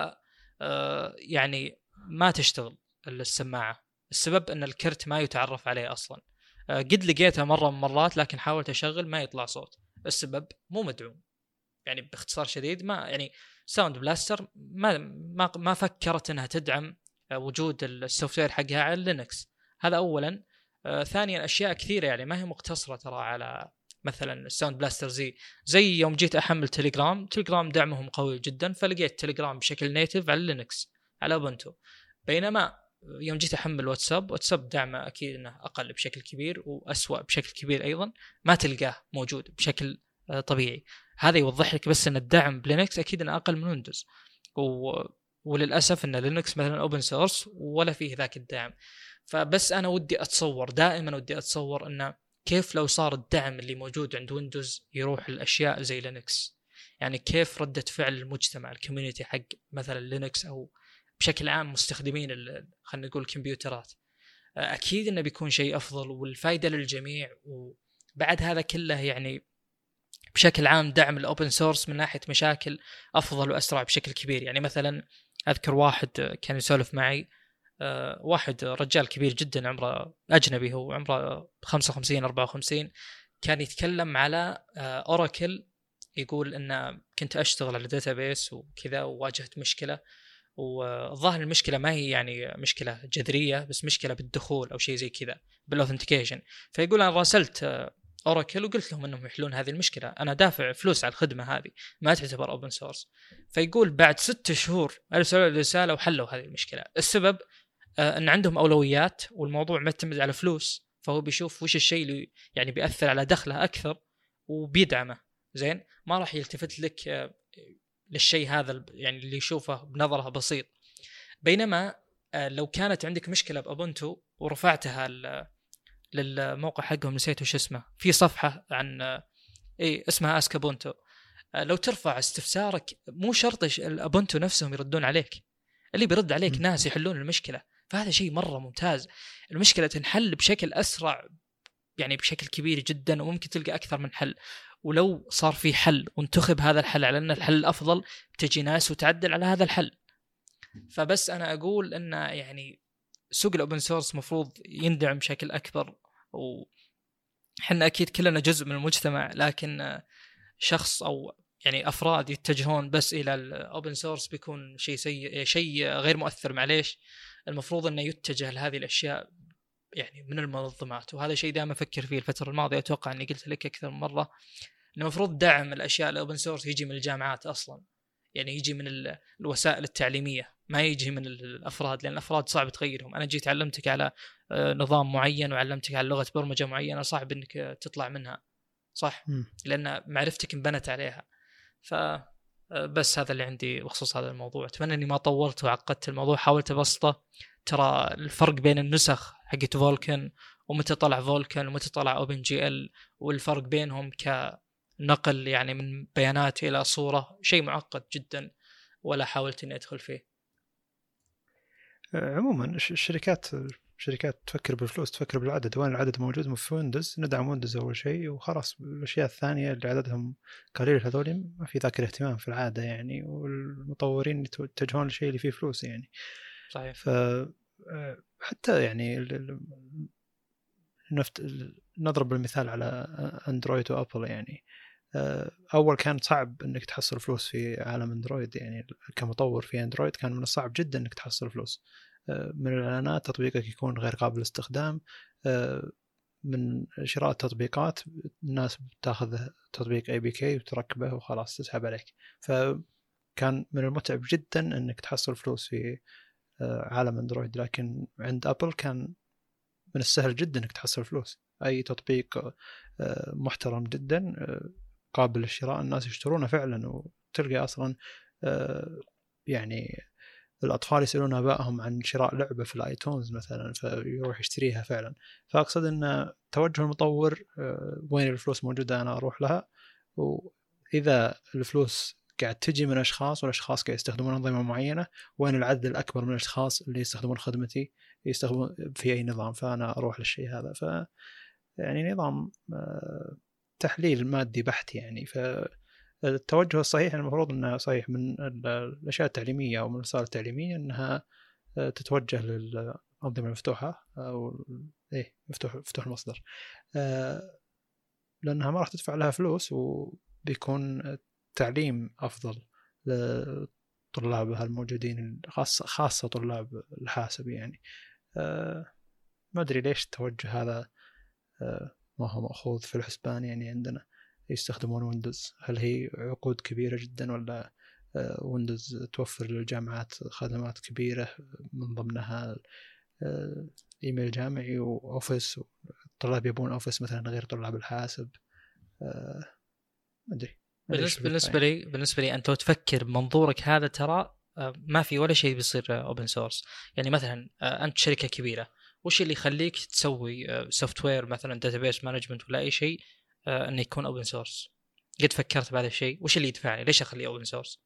يعني ما تشتغل السماعة. السبب أن الكرت ما يتعرف عليه أصلا. قد لقيتها مرة من مرات لكن حاولت أشغل ما يطلع صوت. السبب مو مدعوم. يعني باختصار شديد ما يعني ساوند بلاستر ما ما ما فكرت انها تدعم وجود السوفت وير حقها على لينكس. هذا اولا. آه ثانيا اشياء كثيره يعني ما هي مقتصره ترى على مثلا الساوند بلاستر زي زي يوم جيت احمل تليجرام تليجرام دعمهم قوي جدا، فلقيت تليجرام بشكل نيتف على لينكس على اوبنتو. بينما يوم جيت احمل واتساب واتساب دعمه اكيد انه اقل بشكل كبير واسوأ بشكل كبير ايضا، ما تلقاه موجود بشكل آه طبيعي. هذا يوضح لك بس ان الدعم بلينكس اكيد انه اقل من ويندوز، و... وللاسف ان لينكس مثلا اوبن سورس ولا فيه ذاك الدعم. فبس انا ودي اتصور دائما ودي اتصور انه كيف لو صار الدعم اللي موجود عند ويندوز يروح الاشياء زي لينكس. يعني كيف ردة فعل المجتمع الكوميونتي حق مثلا لينكس او بشكل عام مستخدمين خلينا نقول الكمبيوترات. اكيد انه بيكون شيء افضل والفائده للجميع. وبعد هذا كله يعني بشكل عام دعم الأوبن سورس من ناحية مشاكل أفضل وأسرع بشكل كبير. يعني مثلا أذكر واحد كان يسولف معي، واحد رجال كبير جدا عمره أجنبي، هو عمره خمسة وخمسين أربعة وخمسين، كان يتكلم على أوراكل. يقول إن كنت أشتغل على داتابيس وكذا وواجهت مشكلة، والظاهر المشكلة ما هي يعني مشكلة جذرية بس مشكلة بالدخول أو شيء زي كذا بالأوثنتيكيشن. فيقول أنا راسلت أوراكل وقلت لهم أنهم يحلون هذه المشكلة، أنا دافع فلوس على الخدمة هذه ما تعتبر أوبن سورس. فيقول بعد ستة شهور أرسلوا رسالة وحلوا هذه المشكلة. السبب آه أن عندهم أولويات والموضوع معتمد على فلوس، فهو بيشوف وش الشيء اللي يعني بيأثر على دخله أكثر وبيدعمه. زين، ما راح يلتفت لك آه للشيء هذا يعني اللي يشوفه بنظرها بسيط. بينما آه لو كانت عندك مشكلة بأبونتو ورفعتها للموقع حقهم نسيت وش اسمه، في صفحة عن اي اسمها اسك ابونتو، لو ترفع استفسارك مو شرط الابونتو نفسهم يردون عليك، اللي بيرد عليك ناس يحلون المشكلة. فهذا شيء مرة ممتاز. المشكلة تنحل بشكل أسرع يعني بشكل كبير جدا وممكن تلقى أكثر من حل. ولو صار في حل وانتخب هذا الحل على أن الحل الأفضل تجي ناس وتعدل على هذا الحل. فبس أنا أقول أن يعني سوق الأوبن سورس مفروض يندعم بشكل أكبر، وحنا أكيد كلنا جزء من المجتمع، لكن شخص أو يعني أفراد يتجهون بس إلى الأوبن سورس بيكون شيء سيء، شيء غير مؤثر. معليش، المفروض أنه يتجه لهذه الأشياء يعني من المنظمات. وهذا شيء دائما أفكر فيه الفترة الماضية، أتوقع أني قلت لك أكثر من مرة، أنه المفروض دعم الأشياء الأوبن سورس يجي من الجامعات أصلا، يعني يجي من الوسائل التعليمية ما يجي من الأفراد، لأن الأفراد صعب تغيرهم. أنا جيت علمتك على نظام معين وعلمتك على لغة برمجة معينة، صعب أنك تطلع منها صح م. لأن معرفتك انبنت عليها. فبس هذا اللي عندي بخصوص هذا الموضوع. أتمنى أني ما طولت وعقدت الموضوع، حاولت أبسطه. ترى الفرق بين النسخ حقت فولكن ومتى طلع فولكن ومتى طلع أوبن جي إل والفرق بينهم كنقل يعني من بيانات إلى صورة شيء معقد جدا، ولا حاولت أني أدخل فيه. عموما الشركات شركات تفكر بالفلوس تفكر بالعدد، وين العدد موجود في ويندوز ندعم ويندوز أول شيء وخلاص. الأشياء الثانية اللي عددهم قليل هذول ما في ذاك الاهتمام في العادة يعني، والمطورين يتجهون للشيء اللي فيه فلوس يعني. صحيح. ف حتى يعني نفت نضرب المثال على أندرويد وأبل يعني، أول كان صعب إنك تحصل فلوس في عالم أندرويد يعني، كمطور في أندرويد كان من الصعب جدا إنك تحصل فلوس من الإعلانات، تطبيقك يكون غير قابل للاستخدام، من شراء التطبيقات الناس بتاخذ تطبيق اي بي كي وتركبه وخلاص تسحب عليك. فكان من المتعب جدا إنك تحصل فلوس في عالم أندرويد، لكن عند أبل كان من السهل جدا إنك تحصل فلوس. أي تطبيق محترم جدا قابل للشراء الناس يشترونه فعلا، وتلقى أصلا يعني الأطفال يسألون آبائهم عن شراء لعبة في الآيتونز مثلا فيروح يشتريها فعلا. فأقصد أن توجه المطور وين الفلوس موجودة أنا أروح لها، وإذا الفلوس قاعد تجي من أشخاص والأشخاص قاعد يستخدمون أنظمة معينة، وين العدد الأكبر من الأشخاص اللي يستخدمون خدمتي يستخدمون في أي نظام، فأنا أروح للشيء هذا. ف يعني نظام تحليل مادي بحت يعني. فالتوجه الصحيح المفروض أنه صحيح من الأشياء التعليمية أو من الرسائل التعليمية أنها تتوجه للأنظمة المفتوحة أو إيه مفتوح مفتوح المصدر، لأنها ما راح تدفع لها فلوس وبيكون تعليم أفضل لطلابها الموجودين، خاصة خاصة طلاب الحاسب يعني. ما أدري ليش التوجه هذا ما هو مأخوذ في الحسبان يعني. عندنا يستخدمون ويندوز، هل هي عقود كبيرة جدا ولا ويندوز توفر للجامعات خدمات كبيرة من ضمنها إيميل جامعي وأوفيس، الطلاب يبون أوفيس مثلا غير طلاب الحاسب؟ ما أدري. بالنسبة بالنسبة لي بالنسبة لي أنت تفكر بمنظورك هذا ترى ما في ولا شيء بيصير أوبن سورس. يعني مثلا أنت شركة كبيرة، وش اللي يخليك تسوي سوفت وير مثلا داتابيس مانجمنت ولا أي شيء أنه يكون أوبن سورس؟ قد فكرت بهذا الشيء؟ وش اللي يدفعني ليش أخليه أوبن سورس؟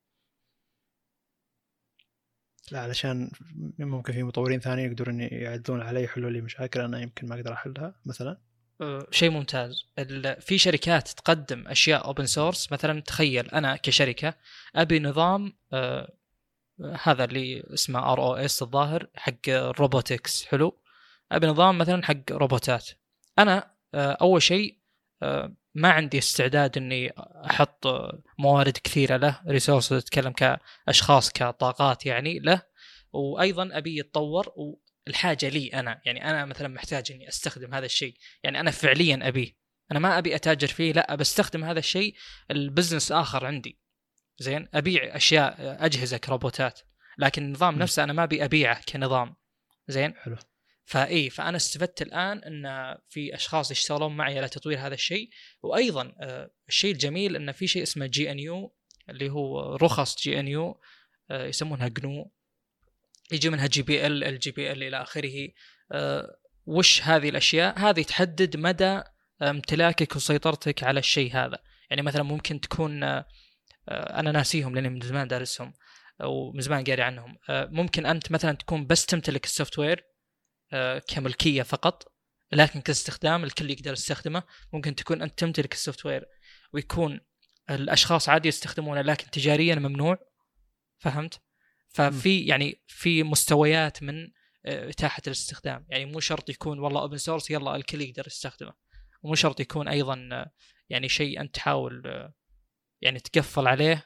لا علشان ممكن في مطورين ثانيين يقدرون يعدلون علي يحلوا لي مشاكل أنا يمكن ما أقدر أحلها مثلا. شيء ممتاز. في شركات تقدم أشياء أوبن سورس، مثلا تخيل أنا كشركة أبي نظام آه هذا اللي اسمه آر أو إس الظاهر حق الروبوتكس، حلو. أبي نظام مثلا حق روبوتات. أنا آه أول شيء آه ما عندي استعداد إني أحط موارد كثيرة له، ريسورس أتكلم كأشخاص كطاقات يعني له، وأيضا أبي يتطور الحاجة لي أنا. يعني أنا مثلا محتاج إني أستخدم هذا الشيء، يعني أنا فعليا أبيه، أنا ما أبي أتاجر فيه، لا بستخدم هذا الشيء البزنس آخر عندي. زين أبيع أشياء أجهزة كروبوتات، لكن النظام م. نفسه أنا ما أبي أبيعه كنظام. زين حلو. فإيه فأنا استفدت الآن أن في أشخاص يشتغلون معي على تطوير هذا الشيء. وأيضا الشيء الجميل أن في شيء اسمه جي إن يو اللي هو رخص جي إن يو يسمونها جنو، يجي منها جي بي ال الجي بي ال إلى آخره. أه وش هذه الأشياء؟ هذه تحدد مدى امتلاكك وسيطرتك على الشيء هذا. يعني مثلا ممكن تكون أه أنا ناسيهم لأني من زمان دارسهم أو من زمان قاري عنهم. أه ممكن أنت مثلا تكون بس تمتلك السوفت وير أه كملكية فقط، لكن كاستخدام الكل يقدر يستخدمه. ممكن تكون أنت تمتلك السوفت وير ويكون الأشخاص عادي يستخدمونه لكن تجاريا ممنوع. فهمت؟ ففي يعني في مستويات من إتاحة الاستخدام. يعني مو شرط يكون والله open source يلا الكل يقدر يستخدمه، ومو شرط يكون أيضا يعني شيء أنت تحاول يعني تقفل عليه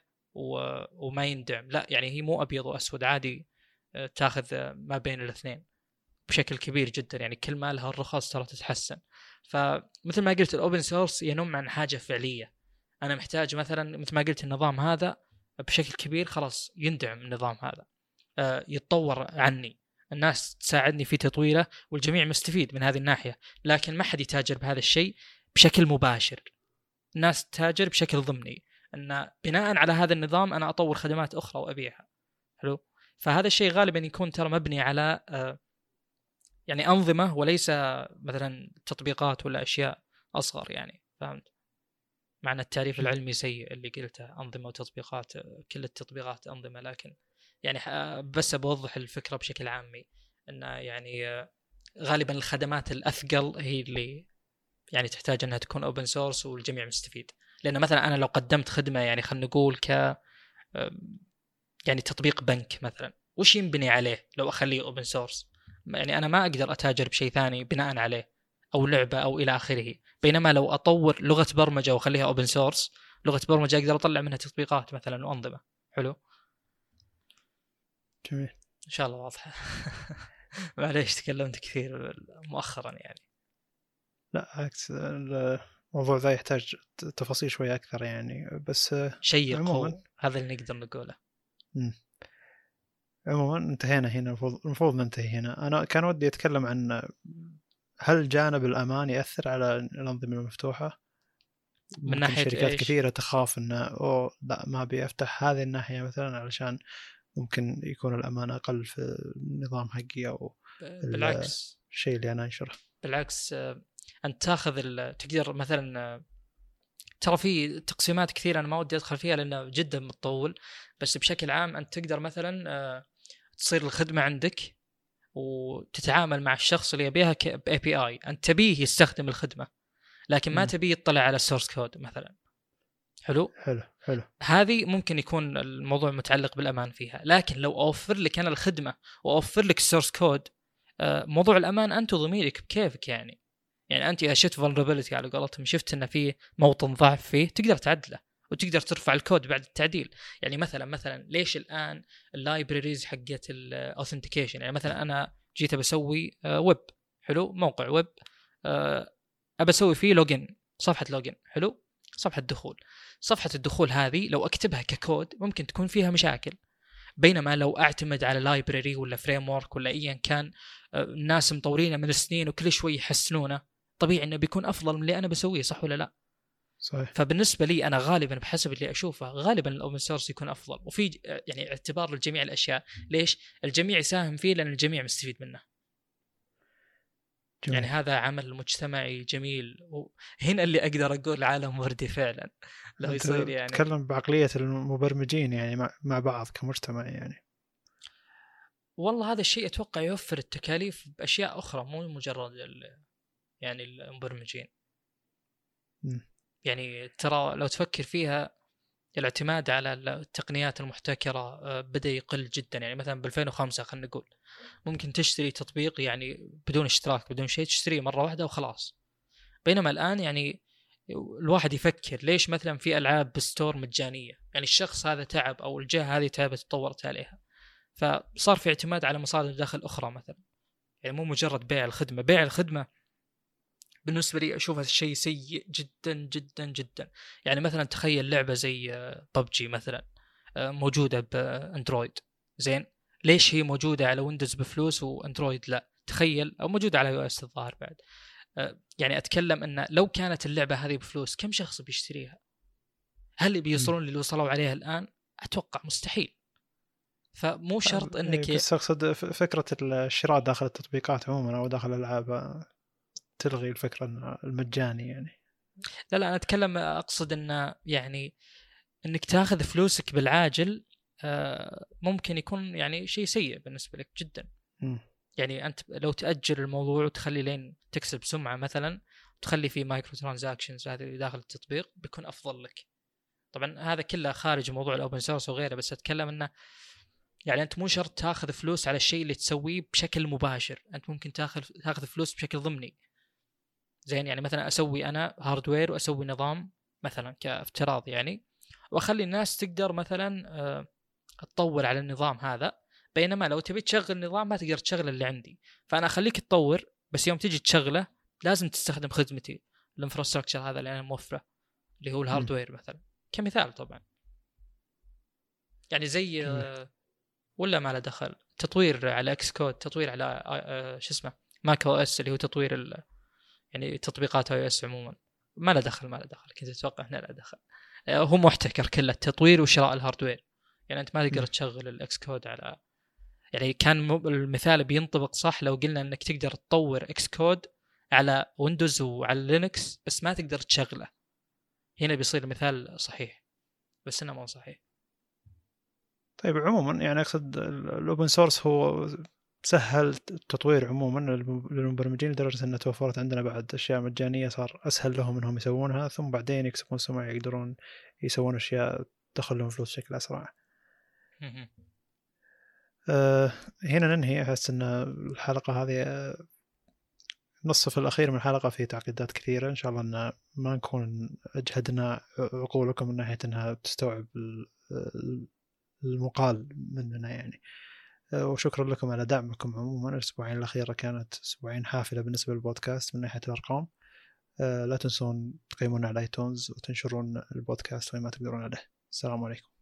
وما يندعم. لا يعني هي مو أبيض وأسود، عادي تاخذ ما بين الاثنين بشكل كبير جدا. يعني كل ما لها الرخص ترى تتحسن. فمثل ما قلت الأوبن سورس ينم عن حاجة فعلية. أنا محتاج مثلا مثل ما قلت النظام هذا بشكل كبير خلاص يندعم النظام هذا، يتطور عني، الناس تساعدني في تطويره والجميع مستفيد من هذه الناحية. لكن ما حد يتاجر بهذا الشيء بشكل مباشر، الناس تتاجر بشكل ضمني أن بناء على هذا النظام أنا أطور خدمات أخرى وأبيعها. حلو. فهذا الشيء غالبا يكون ترى مبني على يعني أنظمة وليس مثلا تطبيقات ولا أشياء أصغر يعني. فهمت؟ معنى التعريف العلمي سيء اللي قلته أنظمة وتطبيقات، كل التطبيقات أنظمة، لكن يعني بس بوضح الفكرة بشكل عامي أن يعني غالبا الخدمات الاثقل هي اللي يعني تحتاج انها تكون اوبن سورس والجميع مستفيد. لان مثلا انا لو قدمت خدمه يعني خلينا نقول ك يعني تطبيق بنك مثلا، وش ينبني عليه لو اخليه اوبن سورس؟ يعني انا ما اقدر اتاجر بشيء ثاني بناء عليه، او لعبه او الى اخره. بينما لو اطور لغه برمجه واخليها اوبن سورس، لغه برمجه اقدر اطلع منها تطبيقات مثلا وانظمه. حلو، جميل، ان شاء الله واضحه. معليش تكلمت كثير مؤخرا يعني. لا عكس، الموضوع ذا يحتاج تفاصيل شوية أكثر يعني، بس شيق عموما هو هذا اللي نقدر نقوله. مم. عموما انتهينا هنا، المفروض المفروض ننتهي هنا. أنا كان ودي أتكلم عن هل جانب الأمان يأثر على الأنظمة المفتوحة؟ من ممكن ناحيه شركات ايش؟ كثيرة تخاف إنه أوه لا ما بيفتح هذه الناحية مثلا علشان ممكن يكون الأمان أقل في النظام حقي أو بالعكس، الشيء اللي أنا أنشره. بالعكس أنت تاخذ تقدر مثلا، ترى في تقسيمات كثيرة أنا ما ودي أدخل فيها لأنه جدا متطول، بس بشكل عام أنت تقدر مثلا تصير الخدمة عندك وتتعامل مع الشخص اللي يبيها ب إيه بي آي، أنت تبيه يستخدم الخدمة لكن ما تبيه يطلع على السورس كود مثلا. حلو حلو حلو. هذه ممكن يكون الموضوع متعلق بالأمان فيها. لكن لو أوفر لك أنا الخدمة وأوفر لك السورس كود، موضوع الأمان أنت وضميرك بكيفك يعني. يعني أنت إذا شفت vulnerability على قولتهم، شفت إن في موطن ضعف فيه، تقدر تعدله وتقدر ترفع الكود بعد التعديل. يعني مثلا مثلا ليش الآن اللايبريز حقت الأوثنتيكيشن، يعني مثلا أنا جيت بسوي ويب، حلو، موقع ويب، أبى أسوي فيه لوجن، صفحة لوجن، حلو، صفحة دخول. صفحة الدخول هذه لو أكتبها ككود ممكن تكون فيها مشاكل، بينما لو أعتمد على لايبراري ولا فريم ورك ولا أيا كان الناس مطورينه من السنين وكل شوي يحسنونه، طبيعي إنه بيكون أفضل من اللي أنا بسويه، صح ولا لا؟ صحيح. فبالنسبة لي أنا غالبا بحسب اللي أشوفه غالبا الأوبن سورس يكون أفضل، وفي يعني اعتبار لجميع الأشياء. ليش؟ الجميع يساهم فيه لأن الجميع مستفيد منه. جميل. يعني هذا عمل مجتمعي جميل، وهنا اللي أقدر أقول عالم وردي فعلا لو يصير. يعني تتكلم بعقلية المبرمجين يعني مع بعض كمجتمع يعني. والله هذا الشيء أتوقع يوفر التكاليف بأشياء أخرى مو مجرد يعني المبرمجين. م. يعني ترى لو تفكر فيها الاعتماد على التقنيات المحتكرة بدأ يقل جدا. يعني مثلا بالفين وخمسة خلينا نقول ممكن تشتري تطبيق يعني بدون اشتراك بدون شيء، تشتريه مرة واحدة وخلاص. بينما الآن يعني الواحد يفكر ليش مثلا في ألعاب بستور مجانية، يعني الشخص هذا تعب أو الجهة هذه تعبت تطورت عليها، فصار في اعتماد على مصادر دخل أخرى مثلا. يعني مو مجرد بيع الخدمة. بيع الخدمة بالنسبة لي أشوفها شيء سيء جدا جدا جدا. يعني مثلا تخيل لعبة زي ببجي مثلا موجودة بأندرويد، زين، ليش هي موجودة على ويندوز بفلوس وأندرويد لا؟ تخيل، أو موجودة على يو اس الظاهر بعد. يعني أتكلم أن لو كانت اللعبة هذه بفلوس كم شخص بيشتريها؟ هل بيوصلون اللي وصلوا عليها الآن؟ أتوقع مستحيل. فمو شرط أنك بس أقصد فكرة الشراء داخل التطبيقات عموما أو داخل الألعاب تلغي الفكرة المجاني يعني. لا لا أنا أتكلم أقصد أن يعني أنك تأخذ فلوسك بالعاجل ممكن يكون يعني شيء سيء بالنسبة لك جدا. م. يعني أنت لو تأجل الموضوع وتخلي لين تكسب سمعة مثلا، تخلي فيه مايكرو ترانزاكشنز هذه داخل التطبيق، بيكون أفضل لك. طبعا هذا كله خارج موضوع الأوبن سورس وغيره، بس أتكلم أنه يعني أنت مو شرط تأخذ فلوس على الشيء اللي تسويه بشكل مباشر، أنت ممكن تأخذ تأخذ فلوس بشكل ضمني. زين، يعني مثلا أسوي أنا هاردوير وأسوي نظام مثلا كافتراض يعني، وأخلي الناس تقدر مثلا تطور على النظام هذا. بينما لو تبي تشغل نظام ما تقدر تشغل اللي عندي، فأنا أخليك تطور، بس يوم تيجي تشغله لازم تستخدم خدمتي الانفراستراكشر هذا اللي أنا موفره اللي هو الهاردوير مثلا، كمثال طبعا. يعني زي آه ولا ما له دخل تطوير على اكس كود، تطوير على آه شو اسمه ماك او اس اللي هو تطوير يعني تطبيقات اي او اس عموما، ما له دخل ما له دخل كنت اتوقع هنا له دخل. آه هو محتكر كله التطوير وشراء الهاردوير. يعني انت ما تقدر تشغل الاكس كود على، يعني كان المثال بينطبق صح لو قلنا انك تقدر تطور اكس كود على ويندوز وعلى لينكس بس ما تقدر تشغله، هنا بيصير المثال صحيح بس انه مو صحيح. طيب عموما يعني اقصد الاوبن سورس هو سهل التطوير عموما للمبرمجين لدرجة أنها توفرت عندنا بعد أشياء مجانية صار أسهل لهم أنهم يسوونها، ثم بعدين يكسبون سمعة يقدرون يسوون أشياء تدخل لهم فلوس بشكل أسرع. أه هنا ننهي. أحس أن الحلقة هذه نصف الأخير من الحلقة فيه تعقيدات كثيرة، إن شاء الله أن ما نكون أجهدنا عقولكم من ناحية أنها تستوعب المقال مننا يعني. وشكرا لكم على دعمكم عموما. الأسبوعين الأخيرة كانت أسبوعين حافلة بالنسبة للبودكاست من ناحية الأرقام. لا تنسون تقيمونا على ايتونز وتنشرون البودكاست وين ما تقدرون عليه. السلام عليكم.